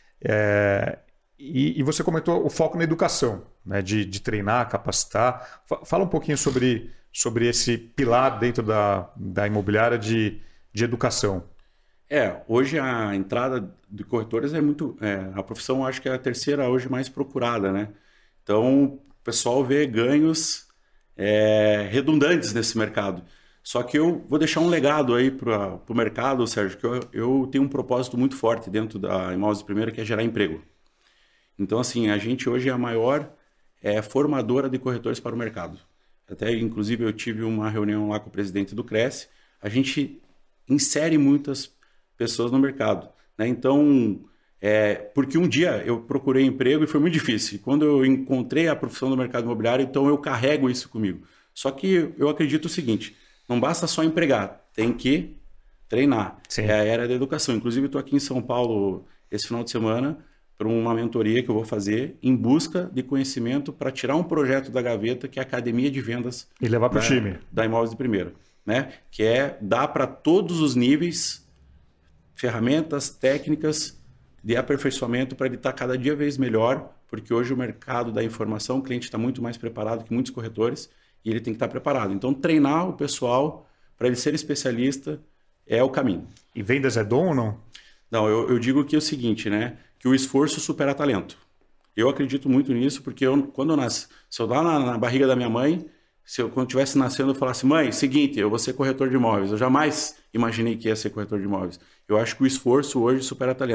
E você comentou o foco na educação, né? de treinar, capacitar. Fala um pouquinho sobre esse pilar dentro da imobiliária de educação. Hoje a entrada de corretores é muito... a profissão, acho que é a terceira hoje mais procurada, né? Então, o pessoal vê ganhos redundantes nesse mercado. Só que eu vou deixar um legado aí para o mercado, Sérgio, que eu tenho um propósito muito forte dentro da Imóveis Primeira, que é gerar emprego. Então, assim, a gente hoje é a maior formadora de corretores para o mercado. Até, inclusive, eu tive uma reunião lá com o presidente do Cresce. A gente insere muitas pessoas no mercado, né? Então, porque um dia eu procurei emprego e foi muito difícil. Quando eu encontrei a profissão do mercado imobiliário, então eu carrego isso comigo. Só que eu acredito o seguinte, não basta só empregar, tem que treinar. Sim. É a era da educação. Inclusive, eu estou aqui em São Paulo esse final de semana para uma mentoria que eu vou fazer em busca de conhecimento para tirar um projeto da gaveta, que é a Academia de Vendas. E levar para o time. Da Imóveis de Primeira, né? Que dar para todos os níveis ferramentas, técnicas de aperfeiçoamento para ele estar cada dia vez melhor, porque hoje o mercado da informação, o cliente está muito mais preparado que muitos corretores e ele tem que estar preparado. Então, treinar o pessoal para ele ser especialista é o caminho. E vendas é dom ou não? Não, eu digo que é o seguinte, né? Que o esforço supera talento. Eu acredito muito nisso, porque quando eu nasci, se eu lá na barriga da minha mãe, quando eu estivesse nascendo, eu falasse, mãe, seguinte, eu vou ser corretor de imóveis. Eu jamais imaginei que ia ser corretor de imóveis. Eu acho que o esforço hoje supera talento.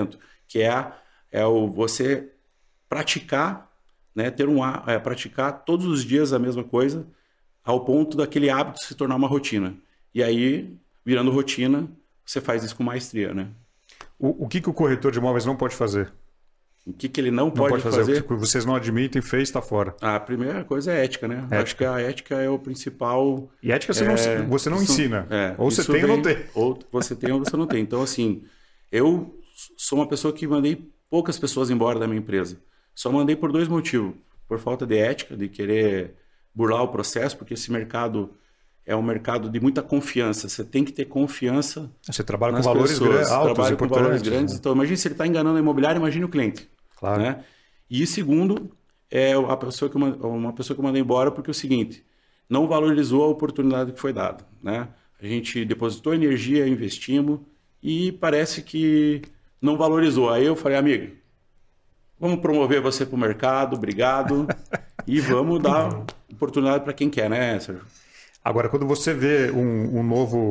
que é você praticar, né, praticar todos os dias a mesma coisa, ao ponto daquele hábito se tornar uma rotina. E aí, virando rotina, você faz isso com maestria, né? O que o corretor de imóveis não pode fazer? O que ele não pode fazer? O que vocês não admitem, fez, está fora. A primeira coisa é ética, né? Acho que a ética é o principal... E ética você não ensina. Ou você tem ou não tem. Ou você tem ou você não tem. Então, assim, eu sou uma pessoa que mandei poucas pessoas embora da minha empresa. Só mandei por 2 motivos. Por falta de ética, de querer burlar o processo, porque esse mercado... é um mercado de muita confiança. Você tem que ter confiança. Você trabalha com valores altos, trabalha com valores grandes. Né? Então, imagine se ele está enganando a imobiliária, imagine o cliente. Claro. Né? E segundo, é uma pessoa que eu mandei embora porque é o seguinte, não valorizou a oportunidade que foi dada. Né? A gente depositou energia, investimos e parece que não valorizou. Aí eu falei, amigo, vamos promover você para o mercado, obrigado, e vamos dar oportunidade para quem quer, né, Sérgio? Agora, quando você vê um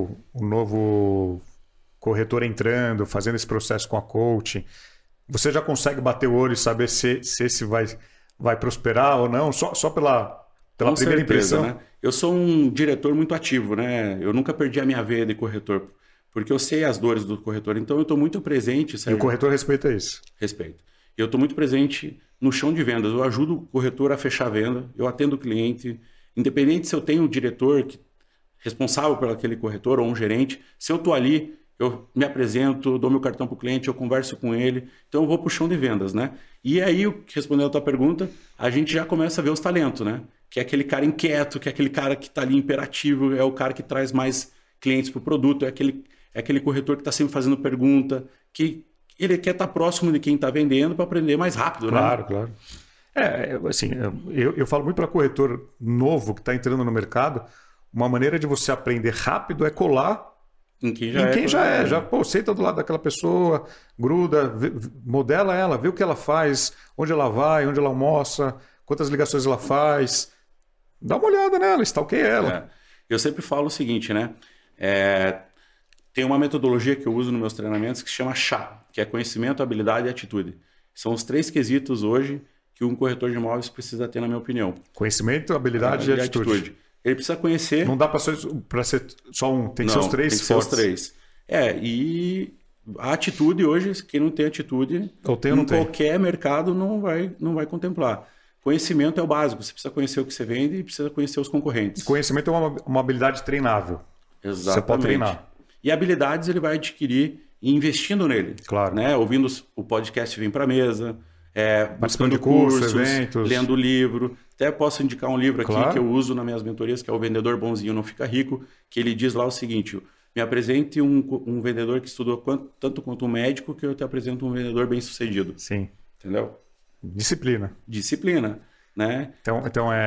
novo corretor entrando, fazendo esse processo com a coaching, você já consegue bater o olho e saber se esse vai prosperar ou não, só pela primeira impressão? Né? Eu sou um diretor muito ativo, né? Eu nunca perdi a minha veia de corretor, porque eu sei as dores do corretor, então eu estou muito presente. Sérgio. E o corretor respeita isso? Respeito. Eu estou muito presente no chão de vendas, eu ajudo o corretor a fechar a venda, eu atendo o cliente. Independente se eu tenho um diretor responsável por aquele corretor ou um gerente, se eu estou ali, eu me apresento, dou meu cartão para o cliente, eu converso com ele, então eu vou para o chão de vendas, né? E aí, respondendo a tua pergunta, a gente já começa a ver os talentos, né? Que é aquele cara inquieto, que é aquele cara que está ali imperativo, é o cara que traz mais clientes para o produto, é aquele corretor que está sempre fazendo pergunta, que ele quer estar próximo de quem está vendendo para aprender mais rápido, claro, né? Claro. Assim, eu falo muito para corretor novo que está entrando no mercado, uma maneira de você aprender rápido é colar em quem já é. Senta do lado daquela pessoa, gruda, modela ela, vê o que ela faz, onde ela vai, onde ela almoça, quantas ligações ela faz. Dá uma olhada nela, stalkeia ela. Eu sempre falo o seguinte, né? Tem uma metodologia que eu uso nos meus treinamentos que se chama CHA, que é conhecimento, habilidade e atitude. São os 3 quesitos hoje que um corretor de imóveis precisa ter, na minha opinião. Conhecimento, habilidade e atitude. Ele precisa conhecer... Não dá para ser só um, tem que ser os 3 tem que fortes. Ser os 3. E a atitude hoje, quem não tem atitude, em qualquer mercado não vai contemplar. Conhecimento é o básico, você precisa conhecer o que você vende e precisa conhecer os concorrentes. Conhecimento é uma habilidade treinável. Exatamente. Você pode treinar. E habilidades ele vai adquirir investindo nele. Claro. Né? Ouvindo o podcast Vem Pra Mesa, participando de cursos, eventos, lendo livro. Até posso indicar um livro aqui claro. Que eu uso nas minhas mentorias, que é O Vendedor Bonzinho Não Fica Rico, que ele diz lá o seguinte: me apresente um vendedor que estudou tanto quanto um médico, que eu te apresento um vendedor bem-sucedido. Sim. Entendeu? Disciplina. Né? Então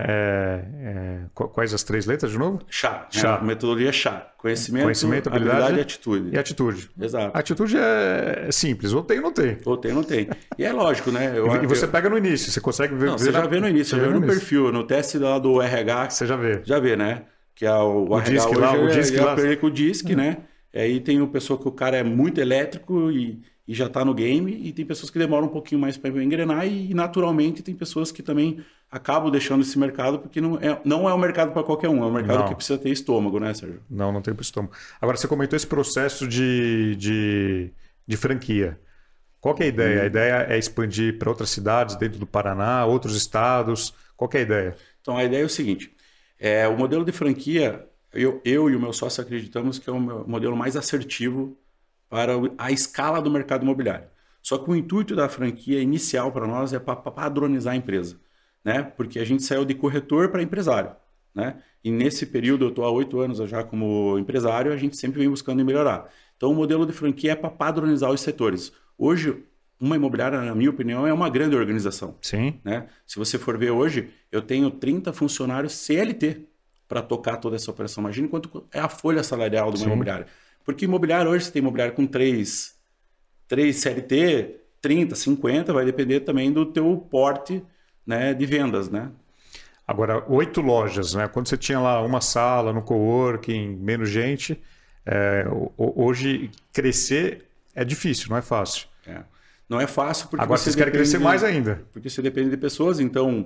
quais as 3 letras de novo? CHA. Né? Metodologia CHA. Conhecimento, habilidade e atitude. E atitude. Exato. A atitude é simples. Ou tem ou não tem. Ou tem ou não tem. E é lógico, né? E você pega no início. Você consegue ver... Você já vê no início. Você já vê no perfil. No teste lá do RH... Você já vê. Já vê, né? Que é o RH DISC hoje lá, o DISC lá. Com o DISC, né? Aí tem uma pessoa que o cara é muito elétrico e já está no game, e tem pessoas que demoram um pouquinho mais para engrenar, e naturalmente tem pessoas que também acabam deixando esse mercado, porque não é um mercado para qualquer um, é um mercado que precisa ter estômago, né, Sérgio? Não tem estômago. Agora, você comentou esse processo de franquia. Qual que é a ideia? A ideia é expandir para outras cidades dentro do Paraná, outros estados? Qual que é a ideia? Então, a ideia é o seguinte, o modelo de franquia, eu e o meu sócio acreditamos que é o modelo mais assertivo para a escala do mercado imobiliário. Só que o intuito da franquia inicial para nós é para padronizar a empresa, né? Porque a gente saiu de corretor para empresário, né? E nesse período, eu estou há 8 anos já como empresário, a gente sempre vem buscando melhorar. Então, o modelo de franquia é para padronizar os setores. Hoje, uma imobiliária, na minha opinião, é uma grande organização. Sim. Né? Se você for ver hoje, eu tenho 30 funcionários CLT para tocar toda essa operação. Imagina quanto é a folha salarial de uma imobiliária. Porque imobiliário hoje, você tem imobiliário com 3 CLT, 30, 50, vai depender também do teu porte, né, de vendas, né? Agora, 8 lojas, né? Quando você tinha lá uma sala no coworking, menos gente, hoje crescer é difícil, não é fácil. Não é fácil porque agora vocês querem crescer mais ainda. Porque você depende de pessoas, então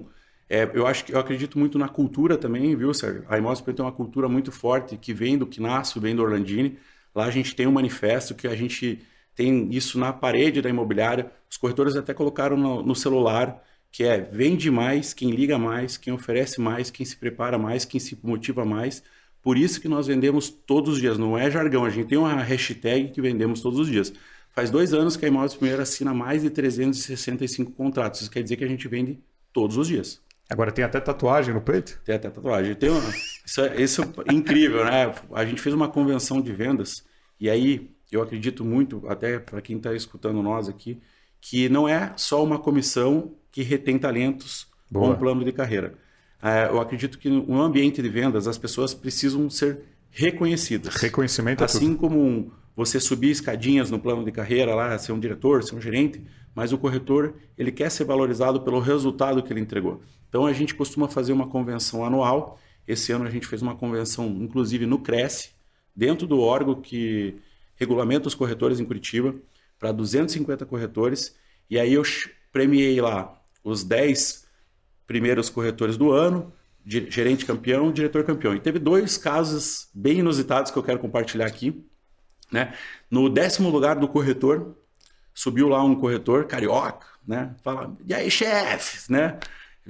eu acredito muito na cultura também, viu, Sérgio? A Imóveis Primeira tem uma cultura muito forte que vem do Quinasso, vem do Orlandini. Lá a gente tem um manifesto que a gente tem isso na parede da imobiliária. Os corretores até colocaram no celular, que é vende mais, quem liga mais, quem oferece mais, quem se prepara mais, quem se motiva mais. Por isso que nós vendemos todos os dias, não é jargão, a gente tem uma hashtag que vendemos todos os dias. Faz 2 anos que a Imóveis Primeira assina mais de 365 contratos, isso quer dizer que a gente vende todos os dias. Agora tem até tatuagem no peito? Tem até tatuagem. Isso é incrível, né? A gente fez uma convenção de vendas e aí eu acredito muito, até para quem está escutando nós aqui, que não é só uma comissão que retém talentos ou um plano de carreira. Eu acredito que no ambiente de vendas as pessoas precisam ser reconhecidas. Reconhecimento assim como você subir escadinhas no plano de carreira, lá, ser um diretor, ser um gerente, mas o corretor ele quer ser valorizado pelo resultado que ele entregou. Então a gente costuma fazer uma convenção anual. Esse ano a gente fez uma convenção, inclusive no Cresce, dentro do órgão que regulamenta os corretores em Curitiba, para 250 corretores. E aí eu premiei lá os 10 primeiros corretores do ano, gerente campeão, diretor campeão. E teve 2 casos bem inusitados que eu quero compartilhar aqui. Né? No 10º lugar do corretor, subiu lá um corretor carioca, né? Fala, e aí, chefe? Né?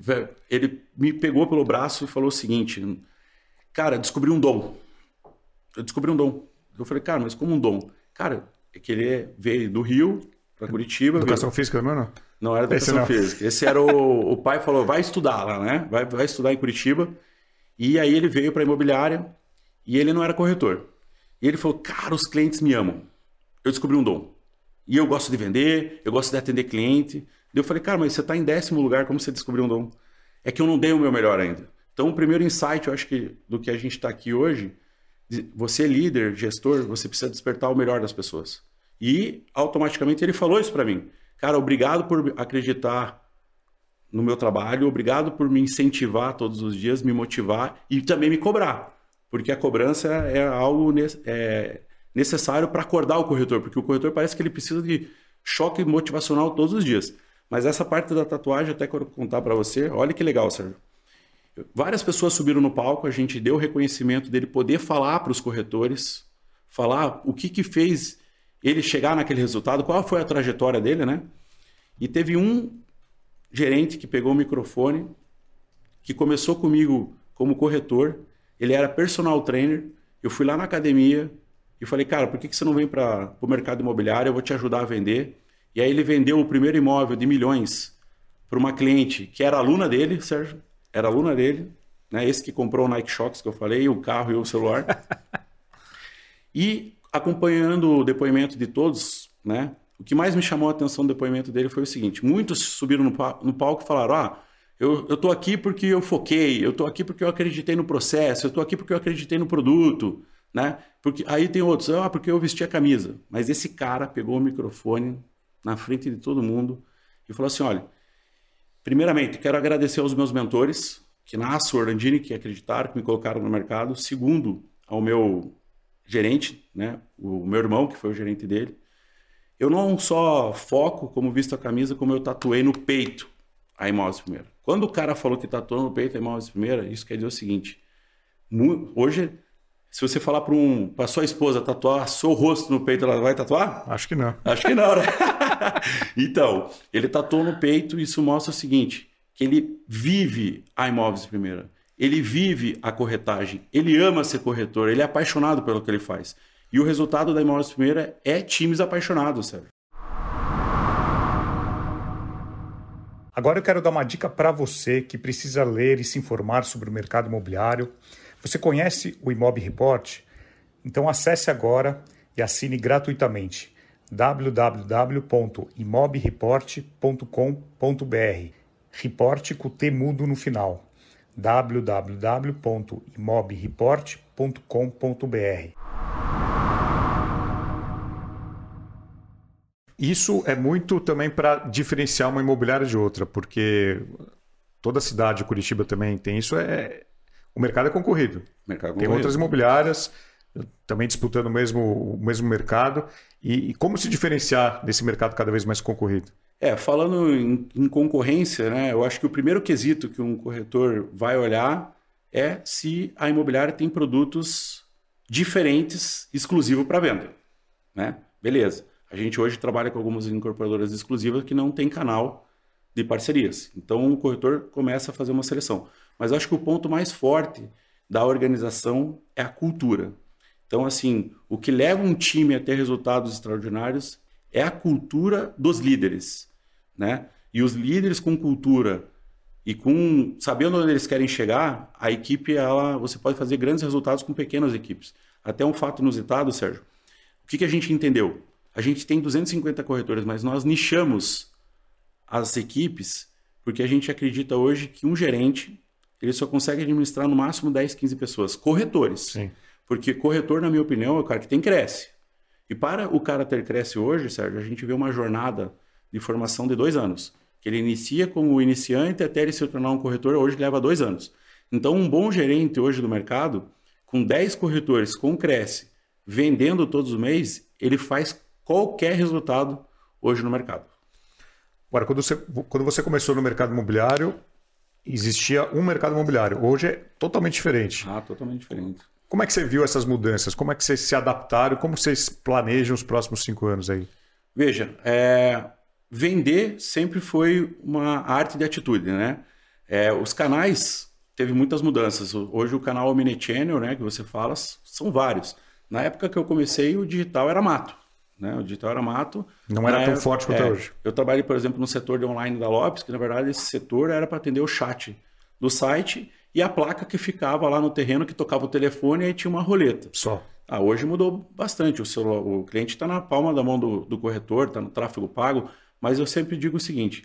Ele me pegou pelo braço e falou o seguinte, cara, descobri um dom. Eu descobri um dom. Eu falei, cara, mas como um dom? Cara, é que ele veio do Rio para Curitiba. Educação física também, não? Não era educação física. Esse era o pai falou, vai estudar lá, né? Vai estudar em Curitiba. E aí ele veio para a imobiliária e ele não era corretor. E ele falou, cara, os clientes me amam. Eu descobri um dom. E eu gosto de vender, eu gosto de atender cliente. Eu falei, cara, mas você está em 10º lugar, como você descobriu um dom? É que eu não dei o meu melhor ainda. Então, o primeiro insight, eu acho que do que a gente está aqui hoje, você é líder, gestor, você precisa despertar o melhor das pessoas. E, automaticamente, ele falou isso para mim. Cara, obrigado por acreditar no meu trabalho, obrigado por me incentivar todos os dias, me motivar e também me cobrar. Porque a cobrança é algo necessário para acordar o corretor, porque o corretor parece que ele precisa de choque motivacional todos os dias. Mas essa parte da tatuagem, até quero contar para você, olha que legal, Sérgio. Várias pessoas subiram no palco, a gente deu o reconhecimento dele poder falar para os corretores, falar o que fez ele chegar naquele resultado, qual foi a trajetória dele, né? E teve um gerente que pegou o microfone, que começou comigo como corretor, ele era personal trainer, eu fui lá na academia e falei, cara, por que você não vem para o mercado imobiliário, eu vou te ajudar a vender. E aí ele vendeu o primeiro imóvel de milhões para uma cliente que era aluna dele, Sérgio, era aluna dele, né? Esse que comprou o Nike Shox que eu falei, o carro e o celular. E acompanhando o depoimento de todos, né? O que mais me chamou a atenção no depoimento dele foi o seguinte, muitos subiram no palco e falaram, eu estou aqui porque eu foquei, eu estou aqui porque eu acreditei no processo, eu estou aqui porque eu acreditei no produto, né? Porque, aí tem outros, porque eu vesti a camisa. Mas esse cara pegou o microfone na frente de todo mundo e falou assim, olha, primeiramente, quero agradecer aos meus mentores, Quinasso, Orlandini, que acreditaram, que me colocaram no mercado. Segundo, ao meu gerente, né? O meu irmão, que foi o gerente dele. Eu não só foco como visto a camisa, como eu tatuei no peito a Imóveis Primeira. Quando o cara falou que tatuou no peito a Imóveis Primeira, isso quer dizer o seguinte, hoje, se você falar para sua esposa tatuar seu rosto no peito, ela vai tatuar? Acho que não. Acho que não, né? Então, ele tatuou no peito e isso mostra o seguinte, que ele vive a Imóveis Primeira, ele vive a corretagem, ele ama ser corretor, ele é apaixonado pelo que ele faz. E o resultado da Imóveis Primeira é times apaixonados, Sérgio. Agora eu quero dar uma dica para você que precisa ler e se informar sobre o mercado imobiliário. Você conhece o Imob Report? Então acesse agora e assine gratuitamente www.imobreport.com.br. Report com T mudo no final. www.imobreport.com.br. Isso é muito também para diferenciar uma imobiliária de outra, porque toda cidade, Curitiba também tem isso, o mercado é concorrido. Tem outras imobiliárias, também disputando o mesmo mercado. E como se diferenciar desse mercado cada vez mais concorrido? Falando em concorrência, né, eu acho que o primeiro quesito que um corretor vai olhar é se a imobiliária tem produtos diferentes, exclusivos para venda. Né? Beleza. A gente hoje trabalha com algumas incorporadoras exclusivas que não tem canal de parcerias. Então, o corretor começa a fazer uma seleção. Mas eu acho que o ponto mais forte da organização é a cultura. Então, assim, o que leva um time a ter resultados extraordinários é a cultura dos líderes, né? E os líderes com cultura e com sabendo onde eles querem chegar, a equipe, você pode fazer grandes resultados com pequenas equipes. Até um fato inusitado, Sérgio. O que a gente entendeu? A gente tem 250 corretores, mas nós nichamos as equipes porque a gente acredita hoje que um gerente ele só consegue administrar no máximo 10, 15 pessoas. Corretores. Sim. Porque corretor, na minha opinião, é o cara que tem cresce. E para o cara ter cresce hoje, Sérgio, a gente vê uma jornada de formação de 2 anos. Que ele inicia como iniciante até ele se tornar um corretor, hoje leva 2 anos. Então, um bom gerente hoje do mercado, com 10 corretores, com cresce, vendendo todos os meses, ele faz qualquer resultado hoje no mercado. Agora, quando você começou no mercado imobiliário, existia um mercado imobiliário. Hoje é totalmente diferente. Totalmente diferente. Como é que você viu essas mudanças? Como é que vocês se adaptaram? Como vocês planejam os próximos 5 anos aí? Veja, vender sempre foi uma arte de atitude, né? Os canais teve muitas mudanças. Hoje o canal Omnichannel, né, que você fala, são vários. Na época que eu comecei, o digital era mato. Né? O digital era mato. Não era tão forte quanto hoje. Eu trabalhei, por exemplo, no setor de online da Lopes, que na verdade esse setor era para atender o chat do site e a placa que ficava lá no terreno, que tocava o telefone e aí tinha uma roleta. Só. Hoje mudou bastante. O cliente está na palma da mão do corretor, está no tráfego pago, mas eu sempre digo o seguinte,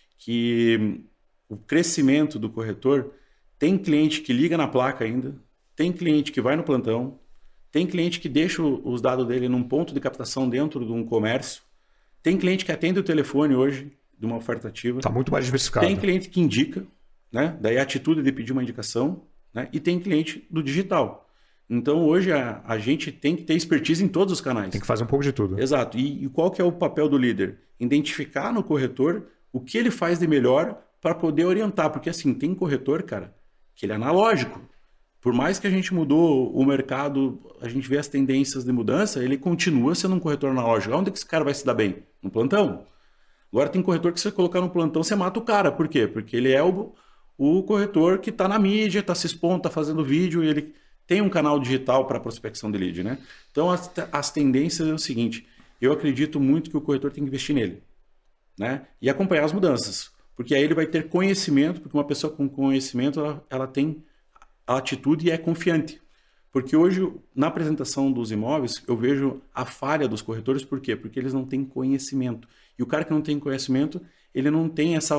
que o crescimento do corretor, tem cliente que liga na placa ainda, tem cliente que vai no plantão, tem cliente que deixa os dados dele num ponto de captação dentro de um comércio, tem cliente que atende o telefone hoje de uma oferta ativa. Está muito mais diversificado. Tem cliente que indica, né? Daí a atitude de pedir uma indicação, né? E tem cliente do digital. Então hoje a gente tem que ter expertise em todos os canais. Tem que fazer um pouco de tudo. Exato. E qual que é o papel do líder? Identificar no corretor o que ele faz de melhor para poder orientar. Porque assim, tem corretor, cara, que ele é analógico. Por mais que a gente mudou o mercado, a gente vê as tendências de mudança, ele continua sendo um corretor analógico. Onde é que esse cara vai se dar bem? No plantão. Agora tem corretor que se você colocar no plantão, você mata o cara. Por quê? Porque ele é o corretor que está na mídia, está se expondo, está fazendo vídeo, e ele tem um canal digital para prospecção de lead, né? Então as tendências é o seguinte, eu acredito muito que o corretor tem que investir nele, né? E acompanhar as mudanças, porque aí ele vai ter conhecimento, porque uma pessoa com conhecimento, ela tem a atitude e é confiante. Porque hoje, na apresentação dos imóveis, eu vejo a falha dos corretores, por quê? Porque eles não têm conhecimento. E o cara que não tem conhecimento, ele não tem essa,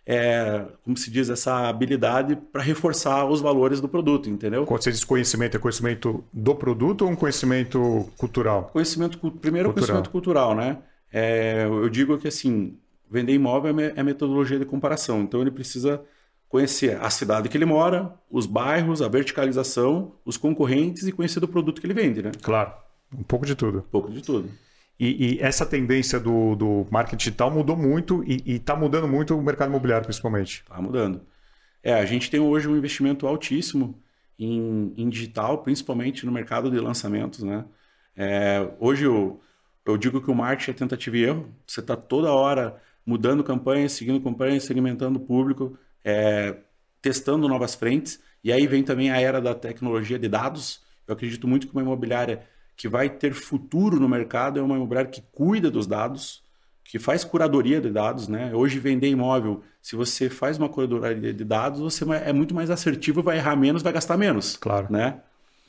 como se diz, essa habilidade para reforçar os valores do produto, entendeu? Quando você diz conhecimento, é conhecimento do produto ou um conhecimento cultural? Primeiro, conhecimento cultural, né? Eu digo que, assim, vender imóvel é metodologia de comparação. Então, ele precisa conhecer a cidade que ele mora, os bairros, a verticalização, os concorrentes e conhecer do produto que ele vende, né? Claro, um pouco de tudo. Um pouco de tudo. E essa tendência do marketing digital mudou muito e está mudando muito o mercado imobiliário, principalmente. Está mudando. A gente tem hoje um investimento altíssimo em digital, principalmente no mercado de lançamentos, né? Hoje eu digo que o marketing é tentativa e erro. Você está toda hora mudando campanhas, seguindo campanhas, segmentando o público, testando novas frentes. E aí vem também a era da tecnologia de dados. Eu acredito muito que uma imobiliária que vai ter futuro no mercado é uma imobiliária que cuida dos dados, que faz curadoria de dados, né? Hoje vender imóvel, se você faz uma curadoria de dados, você é muito mais assertivo, vai errar menos, vai gastar menos. Claro. Né?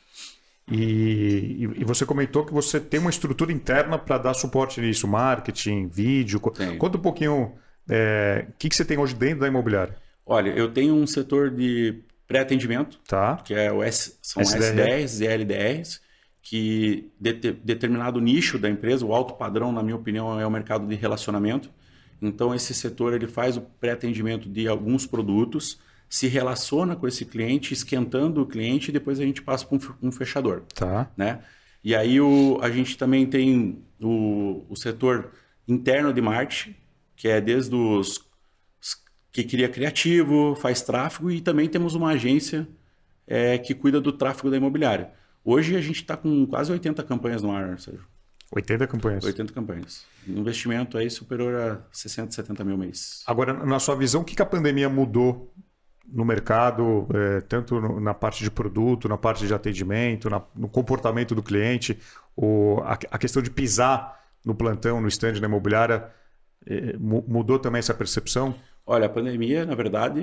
E você comentou que você tem uma estrutura interna para dar suporte nisso, marketing, vídeo. Tenho. Conta um pouquinho o que você tem hoje dentro da imobiliária. Olha, eu tenho um setor de pré-atendimento, que são S10s e LDRs, que determinado nicho da empresa, o alto padrão, na minha opinião, é o mercado de relacionamento. Então, esse setor ele faz o pré-atendimento de alguns produtos. se relaciona com esse cliente, esquentando o cliente, e depois a gente passa para um fechador. Tá. Né? E aí a gente também tem o setor interno de marketing, que é desde os que cria criativo, faz tráfego, e também temos uma agência que cuida do tráfego da imobiliária. Hoje a gente está com quase 80 campanhas no ar, Sérgio. 80 campanhas. 80 campanhas. Investimento aí superior a 60, 70 mil mês. Agora, na sua visão, o que a pandemia mudou no mercado, tanto na parte de produto, na parte de atendimento, no comportamento do cliente, a questão de pisar no plantão, no stand da imobiliária, mudou também essa percepção? Olha, a pandemia, na verdade,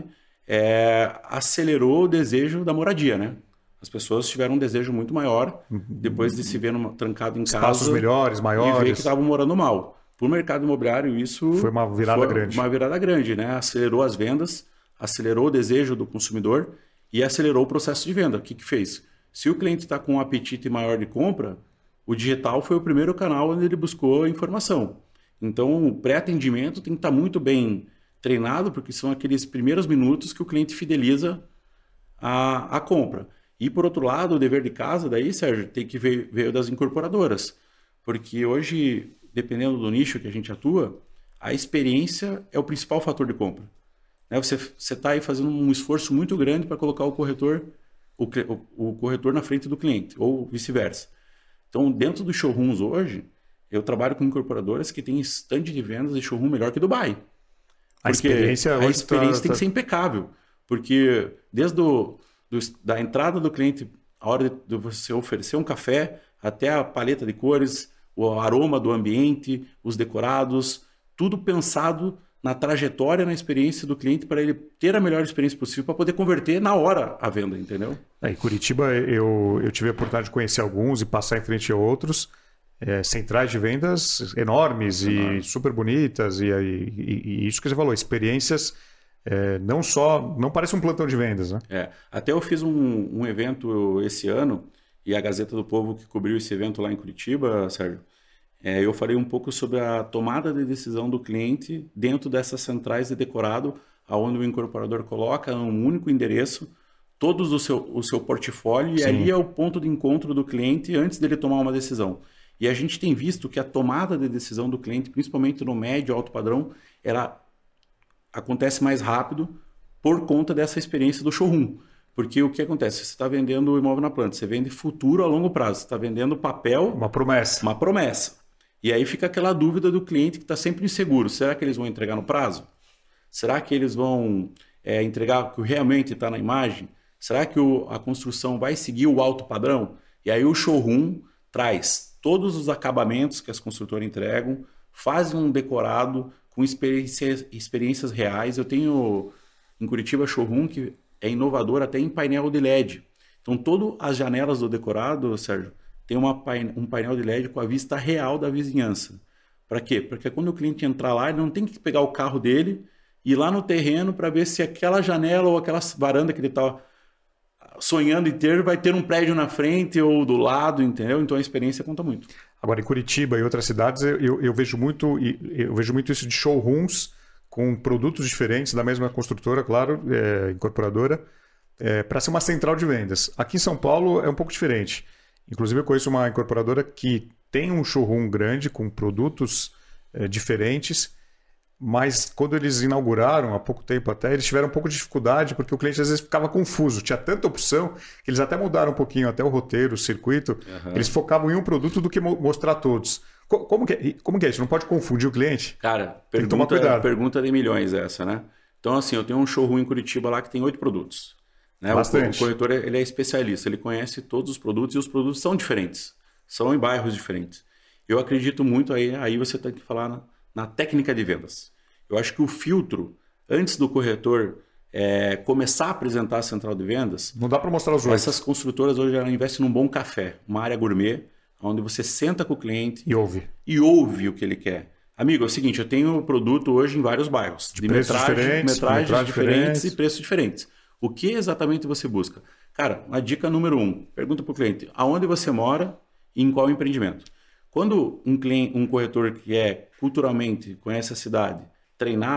acelerou o desejo da moradia, né? As pessoas tiveram um desejo muito maior depois de se ver trancado em casa. Espaços melhores, maiores. E ver que estavam morando mal. Para o mercado imobiliário, isso foi uma virada grande. Uma virada grande, né? Acelerou as vendas, acelerou o desejo do consumidor e acelerou o processo de venda. O que fez? Se o cliente está com um apetite maior de compra, o digital foi o primeiro canal onde ele buscou informação. Então, o pré-atendimento tem que estar muito bem treinado, porque são aqueles primeiros minutos que o cliente fideliza a compra. E, por outro lado, o dever de casa, daí, Sérgio, tem que ver das incorporadoras. Porque hoje, dependendo do nicho que a gente atua, a experiência é o principal fator de compra. Você está aí fazendo um esforço muito grande para colocar o corretor na frente do cliente, ou vice-versa. Então, dentro dos showrooms hoje, eu trabalho com incorporadoras que têm stand de vendas de showroom melhor que Dubai. A experiência tem que ser impecável. Porque desde da entrada do cliente, a hora de você oferecer um café, até a paleta de cores, o aroma do ambiente, os decorados, tudo pensado na trajetória, na experiência do cliente, para ele ter a melhor experiência possível, para poder converter na hora a venda, entendeu? Em Curitiba, eu tive a oportunidade de conhecer alguns e passar em frente a outros. Centrais de vendas enormes e super bonitas. E isso que você falou, experiências... não parece um plantão de vendas, né? Até eu fiz um evento esse ano, e a Gazeta do Povo que cobriu esse evento lá em Curitiba, Sérgio, eu falei um pouco sobre a tomada de decisão do cliente dentro dessas centrais de decorado, onde o incorporador coloca um único endereço, todos o seu portfólio, e ali é o ponto de encontro do cliente antes dele tomar uma decisão. E a gente tem visto que a tomada de decisão do cliente, principalmente no médio e alto padrão, ela acontece mais rápido por conta dessa experiência do showroom. Porque o que acontece? Você está vendendo o imóvel na planta, você vende futuro a longo prazo, você está vendendo papel... Uma promessa. Uma promessa. E aí fica aquela dúvida do cliente que está sempre inseguro. Será que eles vão entregar no prazo? Será que eles vão entregar o que realmente está na imagem? Será que a construção vai seguir o alto padrão? E aí o showroom traz todos os acabamentos que as construtoras entregam, faz um decorado com experiências reais. Eu tenho em Curitiba showroom que é inovador até em painel de LED. Então, todas as janelas do decorado, Sérgio, tem um painel de LED com a vista real da vizinhança. Para quê? Porque quando o cliente entrar lá, ele não tem que pegar o carro dele e ir lá no terreno para ver se aquela janela ou aquela varanda que ele está sonhando em ter vai ter um prédio na frente ou do lado, entendeu? Então, a experiência conta muito. Agora, em Curitiba e outras cidades, eu vejo muito isso de showrooms com produtos diferentes da mesma construtora, claro, incorporadora, para ser uma central de vendas. Aqui em São Paulo é um pouco diferente. Inclusive, eu conheço uma incorporadora que tem um showroom grande com produtos diferentes, mas quando eles inauguraram, há pouco tempo até, eles tiveram um pouco de dificuldade, porque o cliente às vezes ficava confuso. Tinha tanta opção que eles até mudaram um pouquinho até o roteiro, o circuito. Eles focavam em um produto do que mostrar todos. Como que é isso? Não pode confundir o cliente? Cara, pergunta de milhões essa, né? Então, assim, eu tenho um showroom em Curitiba lá que tem 8 produtos. Né? Bastante. O corretor ele é especialista, ele conhece todos os produtos e os produtos são diferentes. São em bairros diferentes. Eu acredito muito, aí você tem que falar na técnica de vendas. Eu acho que o filtro, antes do corretor começar a apresentar a central de vendas... Não dá para mostrar os olhos. Essas construtoras hoje investem num bom café, uma área gourmet, onde você senta com o cliente... E ouve. E ouve o que ele quer. Amigo, é o seguinte, eu tenho produto hoje em vários bairros. De metragens diferentes e preços diferentes. O que exatamente você busca? Cara, a dica número 1, pergunta para o cliente, aonde você mora e em qual empreendimento? Quando um corretor que culturalmente conhece a cidade, treinado,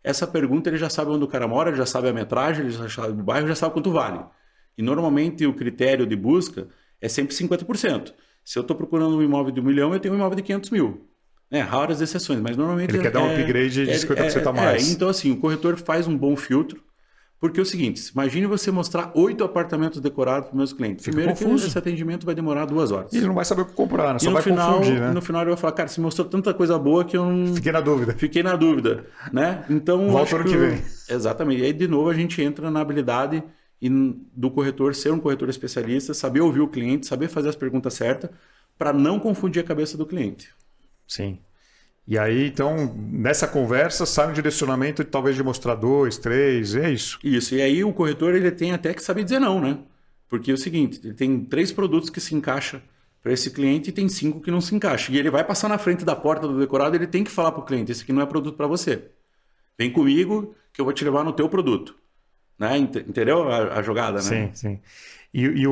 essa pergunta ele já sabe onde o cara mora, ele já sabe a metragem, ele já sabe o bairro, já sabe quanto vale. E normalmente o critério de busca é sempre 50%. Se eu estou procurando um imóvel de 1 milhão, eu tenho um imóvel de 500 mil. Raras exceções, mas normalmente... Ele quer dar um upgrade de 50% a mais. Então, assim, o corretor faz um bom filtro, porque é o seguinte, imagine você mostrar 8 apartamentos decorados para os meus clientes. Primeiro que esse atendimento vai demorar 2 horas. E ele não vai saber o que comprar, né? Só no vai final, confundir, né? No final ele vai falar, cara, você mostrou tanta coisa boa que eu não... Fiquei na dúvida. Fiquei na dúvida, né? Então... Volta ano que vem. Exatamente. E aí, de novo, a gente entra na habilidade do corretor ser um corretor especialista, saber ouvir o cliente, saber fazer as perguntas certas, para não confundir a cabeça do cliente. Sim. E aí, então, nessa conversa, sai um direcionamento talvez de mostrar 2, 3, é isso? Isso. E aí o corretor ele tem até que saber dizer não, né? Porque é o seguinte, ele tem 3 produtos que se encaixam para esse cliente e tem 5 que não se encaixam. E ele vai passar na frente da porta do decorado, ele tem que falar para o cliente, esse aqui não é produto para você. Vem comigo que eu vou te levar no teu produto. Né? Entendeu a jogada, né? Sim, sim. E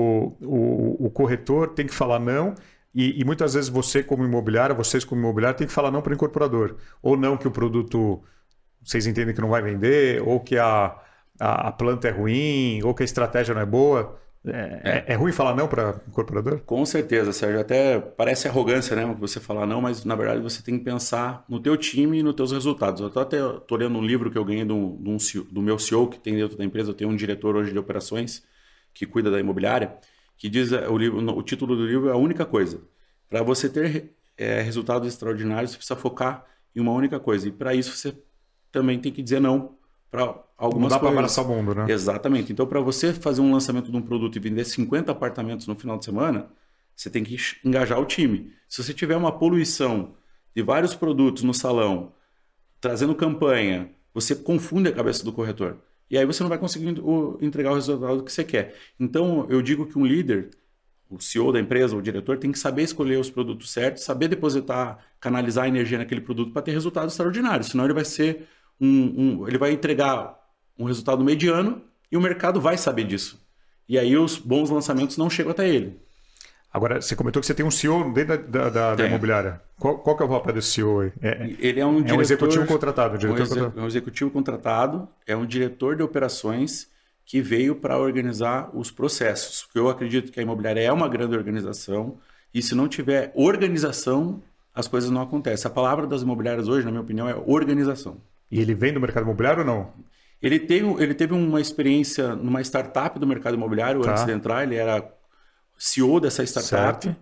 o corretor tem que falar não... E muitas vezes vocês como imobiliária tem que falar não para o incorporador. Ou não que o produto, vocês entendem que não vai vender, ou que a planta é ruim, ou que a estratégia não é boa. É ruim falar não para o incorporador? Com certeza, Sérgio. Até parece arrogância, né? Você falar não, mas na verdade você tem que pensar no teu time e nos teus resultados. Eu estou lendo um livro que eu ganhei do meu CEO, que tem dentro da empresa. Eu tenho um diretor hoje de operações que cuida da imobiliária, que diz o título do livro é a única coisa. Para você ter resultados extraordinários, você precisa focar em uma única coisa. E para isso você também tem que dizer não para algumas coisas. Não dá para abraçar o mundo, né? Exatamente. Então, para você fazer um lançamento de um produto e vender 50 apartamentos no final de semana, você tem que engajar o time. Se você tiver uma poluição de vários produtos no salão, trazendo campanha, você confunde a cabeça do corretor. E aí você não vai conseguir entregar o resultado que você quer. Então, eu digo que um líder, o CEO da empresa, o diretor, tem que saber escolher os produtos certos, saber depositar, canalizar a energia naquele produto para ter resultados extraordinários. Senão ele vai ser ele vai entregar um resultado mediano e o mercado vai saber disso. E aí os bons lançamentos não chegam até ele. Agora, você comentou que você tem um CEO dentro da imobiliária. Qual que é o papel desse CEO aí? Ele é um diretor, executivo contratado. É um executivo contratado, é um diretor de operações que veio para organizar os processos. Porque eu acredito que a imobiliária é uma grande organização e se não tiver organização, as coisas não acontecem. A palavra das imobiliárias hoje, na minha opinião, é organização. E ele vem do mercado imobiliário ou não? Ele teve uma experiência numa startup do mercado imobiliário antes de entrar. Ele era CEO dessa startup, certo.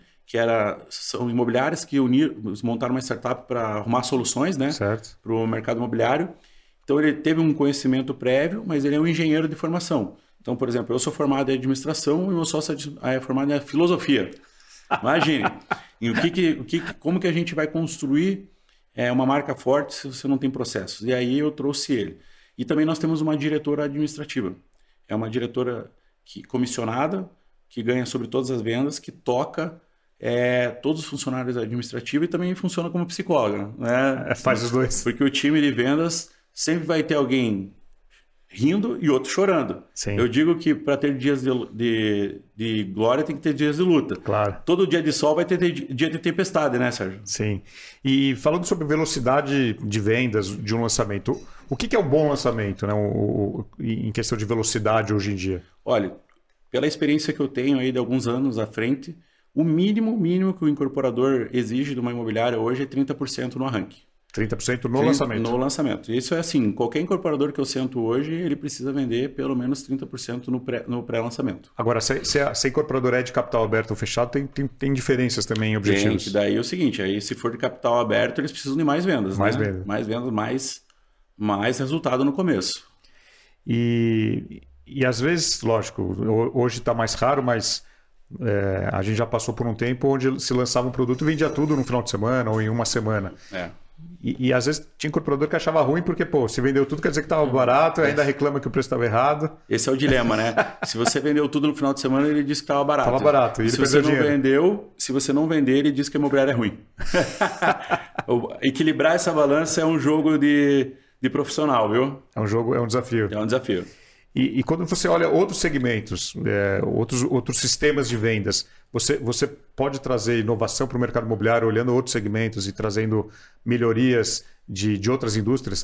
São imobiliárias que montaram uma startup para arrumar soluções, né, para o mercado imobiliário. Então ele teve um conhecimento prévio, mas ele é um engenheiro de formação. Então, por exemplo, eu sou formado em administração e meu sócio é formado em filosofia. Imagine. Como que a gente vai construir uma marca forte se você não tem processos? E aí eu trouxe ele. E também nós temos uma diretora administrativa. É uma diretora comissionada, que ganha sobre todas as vendas, que toca todos os funcionários administrativos e também funciona como psicóloga. Né? Faz os dois. Porque o time de vendas sempre vai ter alguém rindo e outro chorando. Sim. Eu digo que para ter dias de glória tem que ter dias de luta. Claro. Todo dia de sol vai ter dia de tempestade, né, Sérgio? Sim. E falando sobre velocidade de vendas de um lançamento, o que é um bom lançamento, né? Em questão de velocidade hoje em dia? Olha, pela experiência que eu tenho aí de alguns anos à frente, o mínimo que o incorporador exige de uma imobiliária hoje é 30% no arranque. 30% no lançamento? No lançamento. Isso é assim, qualquer incorporador que eu sento hoje, ele precisa vender pelo menos 30% no pré-lançamento. Agora, se a incorporadora é de capital aberto ou fechado, tem diferenças também em objetivos? Daí é o seguinte, aí se for de capital aberto, eles precisam de mais vendas. Mais vendas. Mais vendas, mais resultado no começo. E às vezes, lógico, hoje está mais raro, mas a gente já passou por um tempo onde se lançava um produto e vendia tudo no final de semana ou em uma semana. E às vezes tinha incorporador que achava ruim porque, se vendeu tudo quer dizer que estava barato e ainda reclama que o preço estava errado. Esse é o dilema, né? Se você vendeu tudo no final de semana, ele disse que estava barato. Estava barato e ele perdeu dinheiro. Se você não vender, ele diz que a imobiliária é ruim. Equilibrar essa balança é um jogo de profissional, viu? É um desafio. É um desafio. E quando você olha outros segmentos, outros sistemas de vendas, você pode trazer inovação para o mercado imobiliário olhando outros segmentos e trazendo melhorias de outras indústrias também?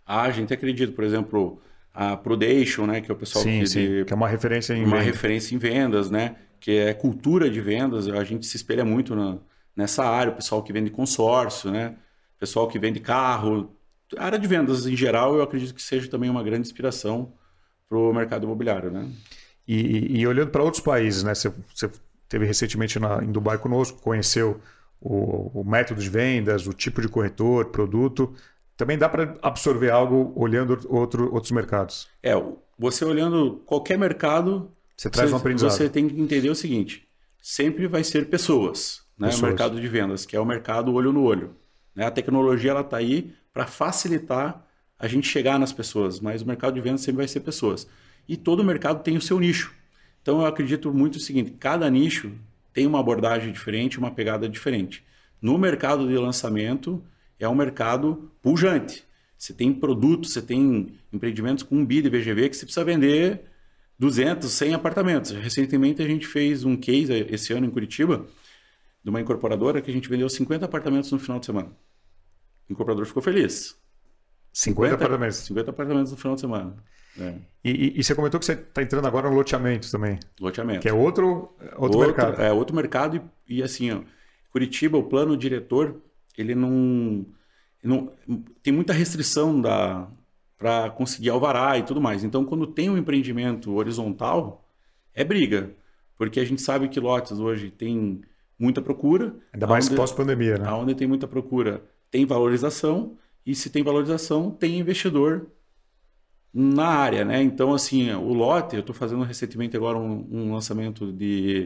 A gente acredita, por exemplo, a Prudation, né, que é o pessoal que é uma referência referência em vendas, né, que é cultura de vendas. A gente se espelha muito nessa área, o pessoal que vende consórcio, né, o pessoal que vende carro. A área de vendas em geral, eu acredito que seja também uma grande inspiração para o mercado imobiliário, né? E olhando para outros países, né? Você esteve recentemente em Dubai conosco, conheceu o método de vendas, o tipo de corretor, produto. Também dá para absorver algo olhando outros mercados. Você olhando qualquer mercado, você traz um aprendizado. Você tem que entender o seguinte: sempre vai ser pessoas, né? O mercado de vendas, que é o mercado olho no olho. Né? A tecnologia ela está aí para facilitar a gente chegar nas pessoas, mas o mercado de vendas sempre vai ser pessoas. E todo mercado tem o seu nicho. Então eu acredito muito o seguinte: cada nicho tem uma abordagem diferente, uma pegada diferente. No mercado de lançamento, é um mercado pujante. Você tem produtos, você tem empreendimentos com BID e VGV que você precisa vender 200, 100 apartamentos. Recentemente a gente fez um case esse ano em Curitiba, de uma incorporadora que a gente vendeu 50 apartamentos no final de semana. O incorporador ficou feliz. 50 apartamentos? 50 apartamentos no final de semana. E você comentou que você está entrando agora no loteamento também. Loteamento. Que é outro mercado. É outro mercado e assim, ó, Curitiba, o plano diretor, ele não tem muita restrição para conseguir alvará e tudo mais. Então, quando tem um empreendimento horizontal, é briga. Porque a gente sabe que lotes hoje tem muita procura. Ainda mais pós-pandemia, né? Onde tem muita procura, tem valorização. E se tem valorização, tem investidor na área, né? Então, assim, o lote, eu estou fazendo recentemente agora um lançamento de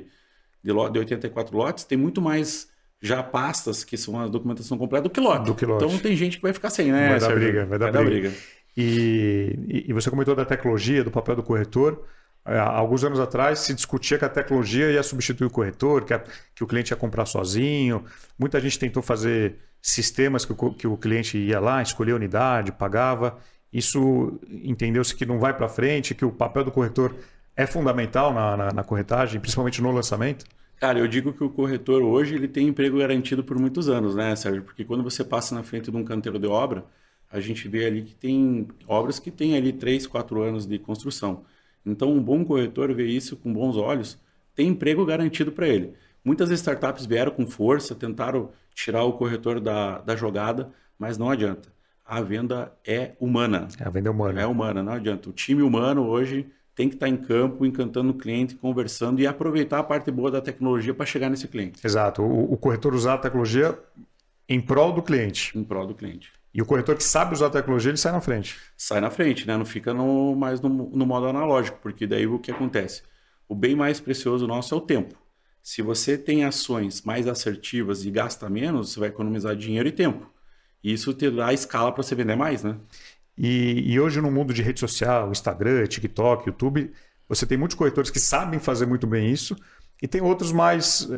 84 lotes, tem muito mais já pastas, que são a documentação completa, do que lote. Então tem gente que vai ficar sem, né? Vai dar briga. E você comentou da tecnologia, do papel do corretor. Há alguns anos atrás se discutia que a tecnologia ia substituir o corretor, que o cliente ia comprar sozinho. Muita gente tentou fazer sistemas que o cliente ia lá, escolhia a unidade, pagava. Isso entendeu-se que não vai para frente, que o papel do corretor é fundamental na corretagem, principalmente no lançamento? Cara, eu digo que o corretor hoje ele tem emprego garantido por muitos anos, né, Sérgio? Porque quando você passa na frente de um canteiro de obra, a gente vê ali que tem obras que têm ali 3, 4 anos de construção. Então, um bom corretor vê isso com bons olhos, tem emprego garantido para ele. Muitas startups vieram com força, tentaram tirar o corretor da jogada, mas não adianta. A venda é humana. A venda é humana. É humana, não adianta. O time humano hoje tem que estar em campo, encantando o cliente, conversando e aproveitar a parte boa da tecnologia para chegar nesse cliente. Exato. O corretor usar a tecnologia em prol do cliente. Em prol do cliente. E o corretor que sabe usar a tecnologia, ele sai na frente. Sai na frente, né? Não fica mais no modo analógico, porque daí o que acontece? O bem mais precioso nosso é o tempo. Se você tem ações mais assertivas e gasta menos, você vai economizar dinheiro e tempo. E isso te dá escala para você vender mais, né? E hoje no mundo de rede social, Instagram, TikTok, YouTube, você tem muitos corretores que sabem fazer muito bem isso e tem outros mais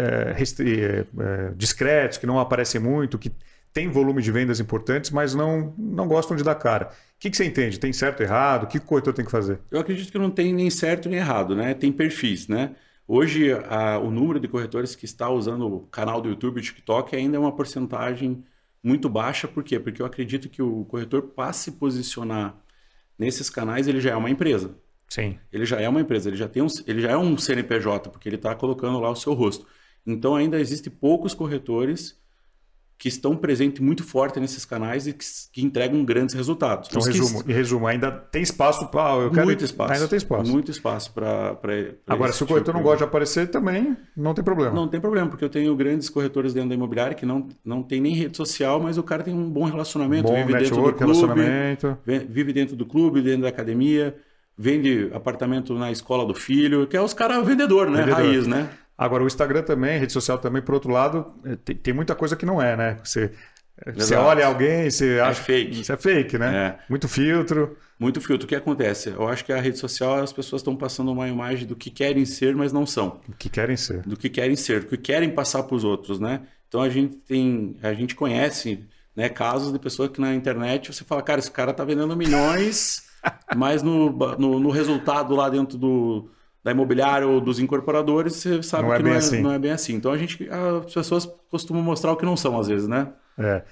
discretos, que não aparecem muito, que têm volume de vendas importantes, mas não gostam de dar cara. O que você entende? Tem certo ou errado? O que o corretor tem que fazer? Eu acredito que não tem nem certo nem errado, né? Tem perfis, né? Hoje, o número de corretores que está usando o canal do YouTube e o TikTok ainda é uma porcentagem muito baixa. Por quê? Porque eu acredito que o corretor, para se posicionar nesses canais, ele já é uma empresa. Sim. Ele já é uma empresa, ele já é um CNPJ, porque ele está colocando lá o seu rosto. Então, ainda existem poucos corretores que estão presentes muito forte nesses canais e que entregam grandes resultados. Então, resumo, ainda tem espaço para... Muito espaço. Ainda tem espaço. Muito espaço para agora, se o corretor não gosta de aparecer, também não tem problema. Não tem problema, porque eu tenho grandes corretores dentro da imobiliária que não tem nem rede social, mas o cara tem um bom relacionamento, vive dentro do clube, vive dentro do clube, dentro da academia, vende apartamento na escola do filho, que é os caras vendedor, né? Raiz, né? Agora, o Instagram também, rede social também, por outro lado, tem muita coisa que não é, né? Você olha alguém, você acha fake. Isso é fake, né? É. Muito filtro. Muito filtro. O que acontece? Eu acho que a rede social, as pessoas estão passando uma imagem do que querem ser, mas não são. Do que querem ser. Do que querem passar para os outros, né? Então, a gente conhece, né, casos de pessoas que na internet você fala, cara, esse cara tá vendendo milhões, mas no resultado lá dentro da imobiliária ou dos incorporadores, você sabe que não é bem assim. Então, as pessoas costumam mostrar o que não são, às vezes, né?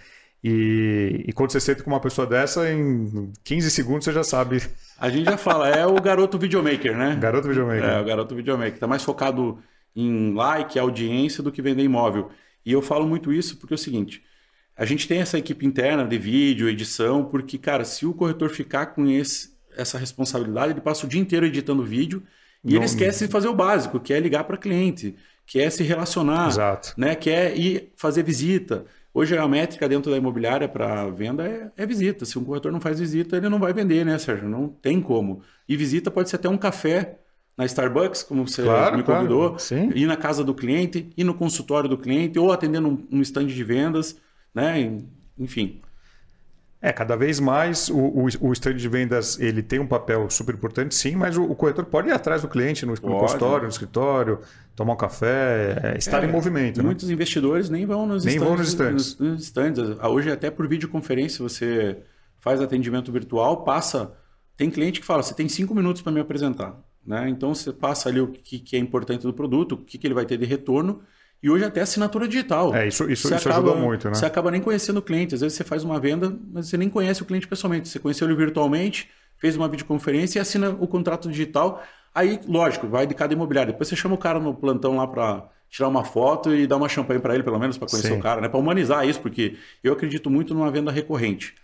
E quando você senta com uma pessoa dessa, em 15 segundos você já sabe. A gente já fala, é o garoto videomaker, né? Garoto videomaker. É, o garoto videomaker. Tá mais focado em like, audiência, do que vender imóvel. E eu falo muito isso porque é o seguinte, a gente tem essa equipe interna de vídeo, edição, porque, cara, se o corretor ficar com essa responsabilidade, ele passa o dia inteiro editando vídeo e ele esquece de fazer o básico, que é ligar para cliente, que é se relacionar, Exato. né? Que é ir fazer visita. Hoje a métrica dentro da imobiliária para venda é visita. Se um corretor não faz visita, ele não vai vender, né, Sérgio? Não tem como. E visita pode ser até um café na Starbucks, como você me convidou, ir na casa do cliente, ir no consultório do cliente, ou atendendo um stand de vendas, né? Enfim. Cada vez mais o stand de vendas ele tem um papel super importante, sim, mas o corretor pode ir atrás do cliente no consultório, no escritório, tomar um café, estar em movimento. Muitos investidores nem vão nos stands. Hoje, até por videoconferência, você faz atendimento virtual, tem cliente que fala, você tem 5 minutos para me apresentar. Né? Então, você passa ali o que é importante do produto, o que ele vai ter de retorno, e hoje até assinatura digital. Isso ajuda muito, né? Você acaba nem conhecendo o cliente. Às vezes você faz uma venda, mas você nem conhece o cliente pessoalmente. Você conheceu ele virtualmente, fez uma videoconferência e assina o contrato digital. Aí, lógico, vai de cada imobiliário. Depois você chama o cara no plantão lá para tirar uma foto e dar uma champanhe para ele, pelo menos, para conhecer o cara, né? Para humanizar isso, porque eu acredito muito numa venda recorrente.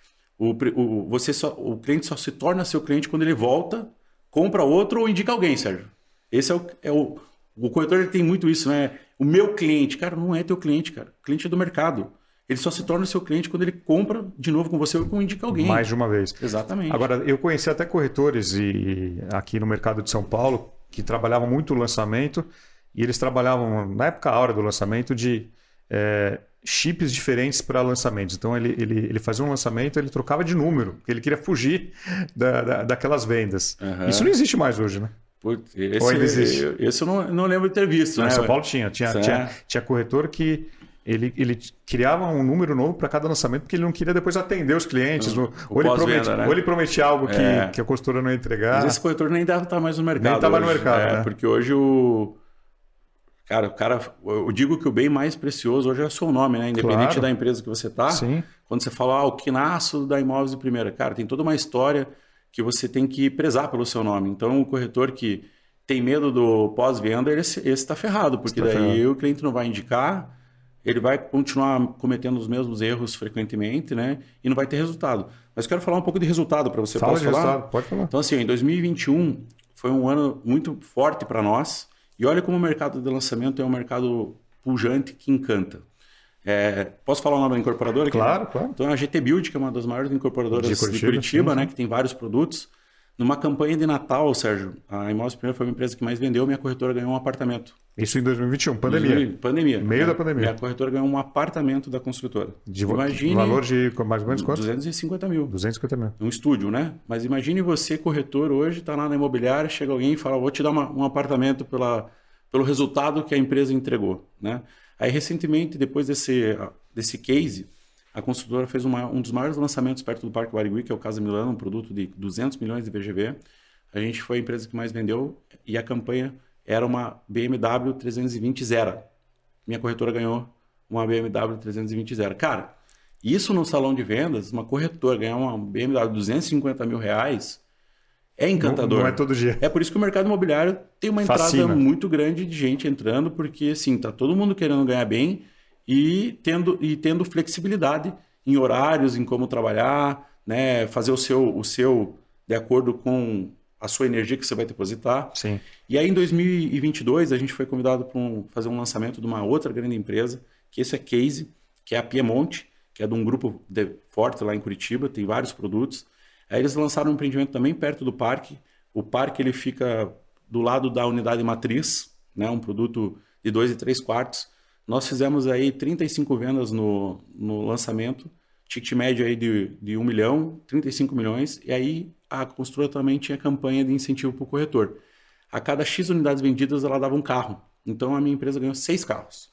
O cliente só se torna seu cliente quando ele volta, compra outro ou indica alguém, Sérgio. Esse o corretor tem muito isso, né? O meu cliente, cara, não é teu cliente, cara. O cliente é do mercado. Ele só se torna seu cliente quando ele compra de novo com você ou indica alguém. Mais de uma vez. Exatamente. Agora, eu conheci até corretores aqui no mercado de São Paulo que trabalhavam muito o lançamento e eles trabalhavam, na época a hora do lançamento, de chips diferentes para lançamentos. Então, ele fazia um lançamento, ele trocava de número, porque ele queria fugir daquelas vendas. Uhum. Isso não existe mais hoje, né? Esse eu não lembro de ter visto. Em São Paulo tinha corretor que ele criava um número novo para cada lançamento porque ele não queria depois atender os clientes. Ou ele prometia algo que a consultora não ia entregar. Mas esse corretor nem deve estar mais no mercado. Nem estava no mercado, né? Porque hoje eu digo que o bem mais precioso hoje é o seu nome, né? Independente da empresa que você está. Quando você fala o quinaço da Imóveis de Primeira, cara, tem toda uma história que você tem que prezar pelo seu nome. Então, o corretor que tem medo do pós-venda, esse está ferrado, porque daí o cliente não vai indicar, ele vai continuar cometendo os mesmos erros frequentemente, né? E não vai ter resultado. Mas eu quero falar um pouco de resultado para você. Posso falar? Resultado, pode falar. Então, assim, em 2021 foi um ano muito forte para nós. E olha como o mercado de lançamento é um mercado pujante que encanta. Posso falar o nome da incorporadora aqui? Claro. Então, a GT Build, que é uma das maiores incorporadoras de Curitiba, né, que tem vários produtos. Numa campanha de Natal, Sérgio, a Imóveis Primeira foi uma empresa que mais vendeu, minha corretora ganhou um apartamento. Isso em 2021, pandemia. Meio da pandemia. Minha corretora ganhou um apartamento da construtora. Imagine, valor de mais ou menos quanto? 250 mil. 250 mil. Um estúdio, né? Mas imagine você, corretor, hoje, está lá na imobiliária, chega alguém e fala, vou te dar um apartamento pelo resultado que a empresa entregou, né? Aí, recentemente, depois desse case, a construtora fez um dos maiores lançamentos perto do Parque Barigui, que é o Casa Milano, um produto de 200 milhões de VGV. A gente foi a empresa que mais vendeu e a campanha era uma BMW 320 Zero. Minha corretora ganhou uma BMW 320 Zero. Cara, isso no salão de vendas, uma corretora ganhar uma BMW 250 mil reais é encantador. Não é todo dia. É por isso que o mercado imobiliário tem uma entrada muito grande de gente entrando, porque assim, tá todo mundo querendo ganhar bem e tendo flexibilidade em horários, em como trabalhar, né? Fazer o seu de acordo com a sua energia que você vai depositar. Sim. E aí, em 2022, a gente foi convidado para fazer um lançamento de uma outra grande empresa, que esse é Case, que é a Piemonte, que é de um grupo forte lá em Curitiba, tem vários produtos. Aí eles lançaram um empreendimento também perto do parque. O parque ele fica do lado da unidade matriz, né? Um produto de 2 e 3 quartos. Nós fizemos aí 35 vendas no lançamento, ticket médio aí de 1 milhão, 35 milhões, e aí a construtora também tinha campanha de incentivo para o corretor. A cada X unidades vendidas, ela dava um carro. Então, a minha empresa ganhou 6 carros.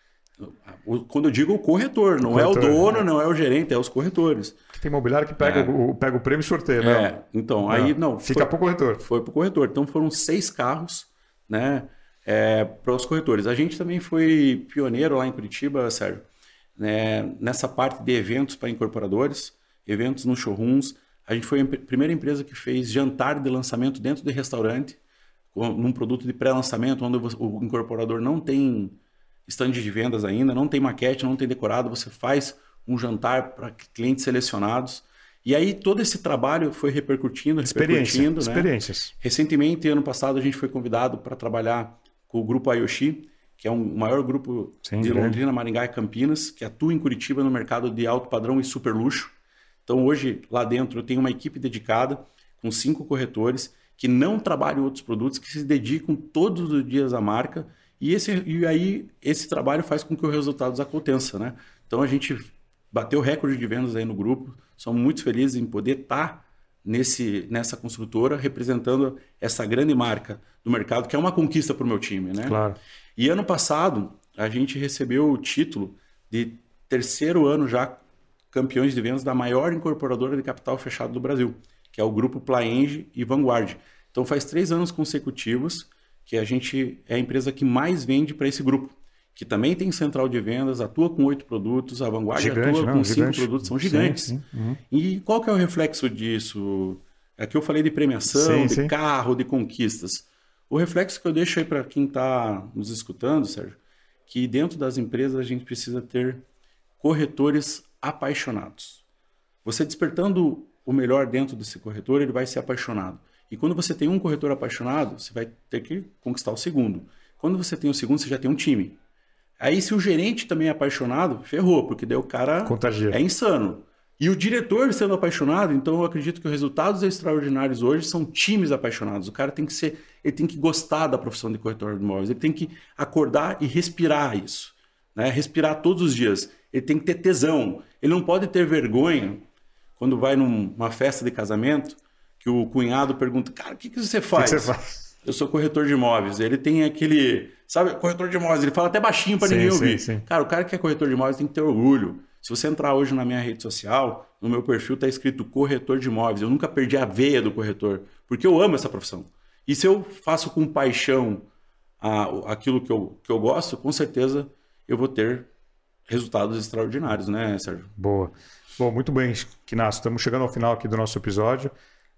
Quando eu digo o corretor, não é o dono, não é o gerente, é os corretores. Tem imobiliário que pega o prêmio e sorteia, né? Então, aí não. Fica para o corretor. Foi para o corretor. Então, foram 6 carros, né? Para os corretores. A gente também foi pioneiro lá em Curitiba, Sérgio, né, nessa parte de eventos para incorporadores, eventos nos showrooms. A gente foi a primeira empresa que fez jantar de lançamento dentro de restaurante, num produto de pré-lançamento, onde o incorporador não tem stand de vendas ainda, não tem maquete, não tem decorado, você faz um jantar para clientes selecionados. E aí todo esse trabalho foi repercutindo, experiências. Né? Recentemente, ano passado, a gente foi convidado para trabalhar com o Grupo Ayoshi, que é o maior grupo de Londrina, Maringá e Campinas, que atua em Curitiba no mercado de alto padrão e super luxo. Então hoje, lá dentro, eu tenho uma equipe dedicada, com 5 corretores, que não trabalham outros produtos, que se dedicam todos os dias à marca, e aí esse trabalho faz com que os resultados aconteçam, né? Então a gente bateu recorde de vendas aí no grupo, somos muito felizes em poder estar nessa construtora, representando essa grande marca do mercado, que é uma conquista para o meu time, né? Claro. E ano passado, a gente recebeu o título de 3º ano já campeões de vendas da maior incorporadora de capital fechado do Brasil, que é o Grupo Plaenge e Vanguard. Então faz 3 anos consecutivos que a gente é a empresa que mais vende para esse grupo, que também tem central de vendas, atua com 8 produtos, a Vanguard atua com 5 produtos, são gigantes. Sim. Uhum. E qual que é o reflexo disso? Aqui eu falei de premiação, de carro, de conquistas. O reflexo que eu deixo aí para quem está nos escutando, Sérgio, que dentro das empresas a gente precisa ter corretores apaixonados. Você despertando o melhor dentro desse corretor, ele vai ser apaixonado. E quando você tem um corretor apaixonado, você vai ter que conquistar o segundo. Quando você tem o segundo, você já tem um time. Aí se o gerente também é apaixonado, ferrou, porque daí o cara contagia. É insano. E o diretor sendo apaixonado, então eu acredito que os resultados extraordinários hoje são times apaixonados. O cara tem que gostar da profissão de corretor de imóveis, ele tem que acordar e respirar isso, né? Respirar todos os dias. Ele tem que ter tesão. Ele não pode ter vergonha quando vai numa festa de casamento, que o cunhado pergunta, cara, o que você faz? Eu sou corretor de imóveis. Ele tem aquele, sabe, corretor de imóveis, ele fala até baixinho para ninguém ouvir. Sim. Cara, o cara que é corretor de imóveis tem que ter orgulho. Se você entrar hoje na minha rede social, no meu perfil está escrito corretor de imóveis. Eu nunca perdi a veia do corretor, porque eu amo essa profissão. E se eu faço com paixão aquilo que eu gosto, com certeza eu vou ter resultados extraordinários, né, Sérgio? Boa. Bom, muito bem, Kinasso. Estamos chegando ao final aqui do nosso episódio.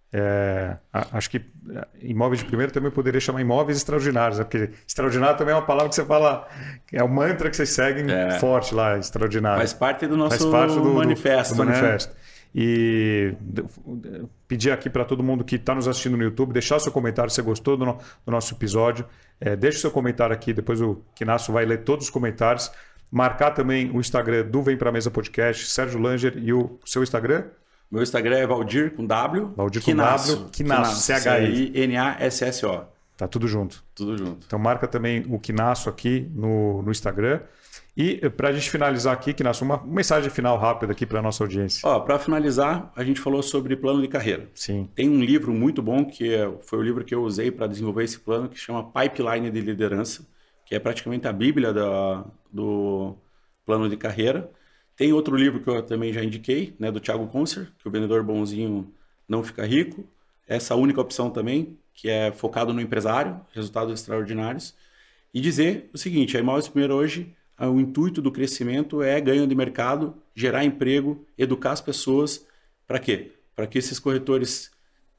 Acho que imóveis de primeira também poderia chamar imóveis extraordinários, né? Porque extraordinário também é uma palavra que você fala, é o mantra que vocês seguem forte lá, extraordinário. Faz parte do nosso manifesto. Do manifesto. E pedir aqui para todo mundo que está nos assistindo no YouTube, deixar seu comentário se você gostou do nosso episódio. Deixe seu comentário aqui, depois o Kinasso vai ler todos os comentários. Marcar também o Instagram do Vem Pra Mesa Podcast, Sérgio Langer, e o seu Instagram? Meu Instagram é Valdir com W. Valdir com W. Kinasso, C-H-I-N-A-S-S-O. Tá tudo junto. Tudo junto. Então marca também o Kinasso aqui no Instagram. E para a gente finalizar aqui, Kinasso, uma mensagem final rápida aqui para a nossa audiência. Para finalizar, a gente falou sobre plano de carreira. Sim. Tem um livro muito bom, que foi o livro que eu usei para desenvolver esse plano, que chama Pipeline de Liderança, que é praticamente a bíblia do plano de carreira. Tem outro livro que eu também já indiquei, né, do Thiago Concer, que o vendedor bonzinho não fica rico. Essa única opção também, que é focado no empresário, resultados extraordinários. E dizer o seguinte, a Imóveis Primeiro hoje, o intuito do crescimento é ganho de mercado, gerar emprego, educar as pessoas. Para quê? Para que esses corretores,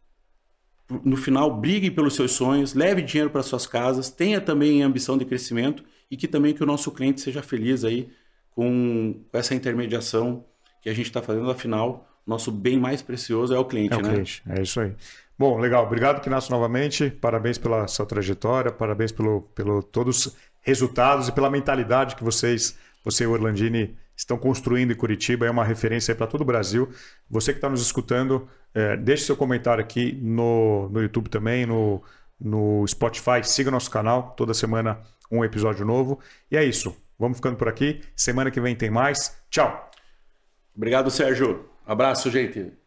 no final, briguem pelos seus sonhos, levem dinheiro para suas casas, tenha também ambição de crescimento e que também que o nosso cliente seja feliz aí com essa intermediação que a gente está fazendo. Afinal, nosso bem mais precioso é o cliente, né? Cliente, é isso aí. Bom, legal. Obrigado, Kinasso, novamente. Parabéns pela sua trajetória, parabéns pelo todos os resultados e pela mentalidade que você e o Orlandini estão construindo em Curitiba. É uma referência para todo o Brasil. Você que está nos escutando, deixe seu comentário aqui no YouTube também, no Spotify. Siga nosso canal. Toda semana um episódio novo. E é isso. Vamos ficando por aqui. Semana que vem tem mais. Tchau. Obrigado, Sérgio. Abraço, gente.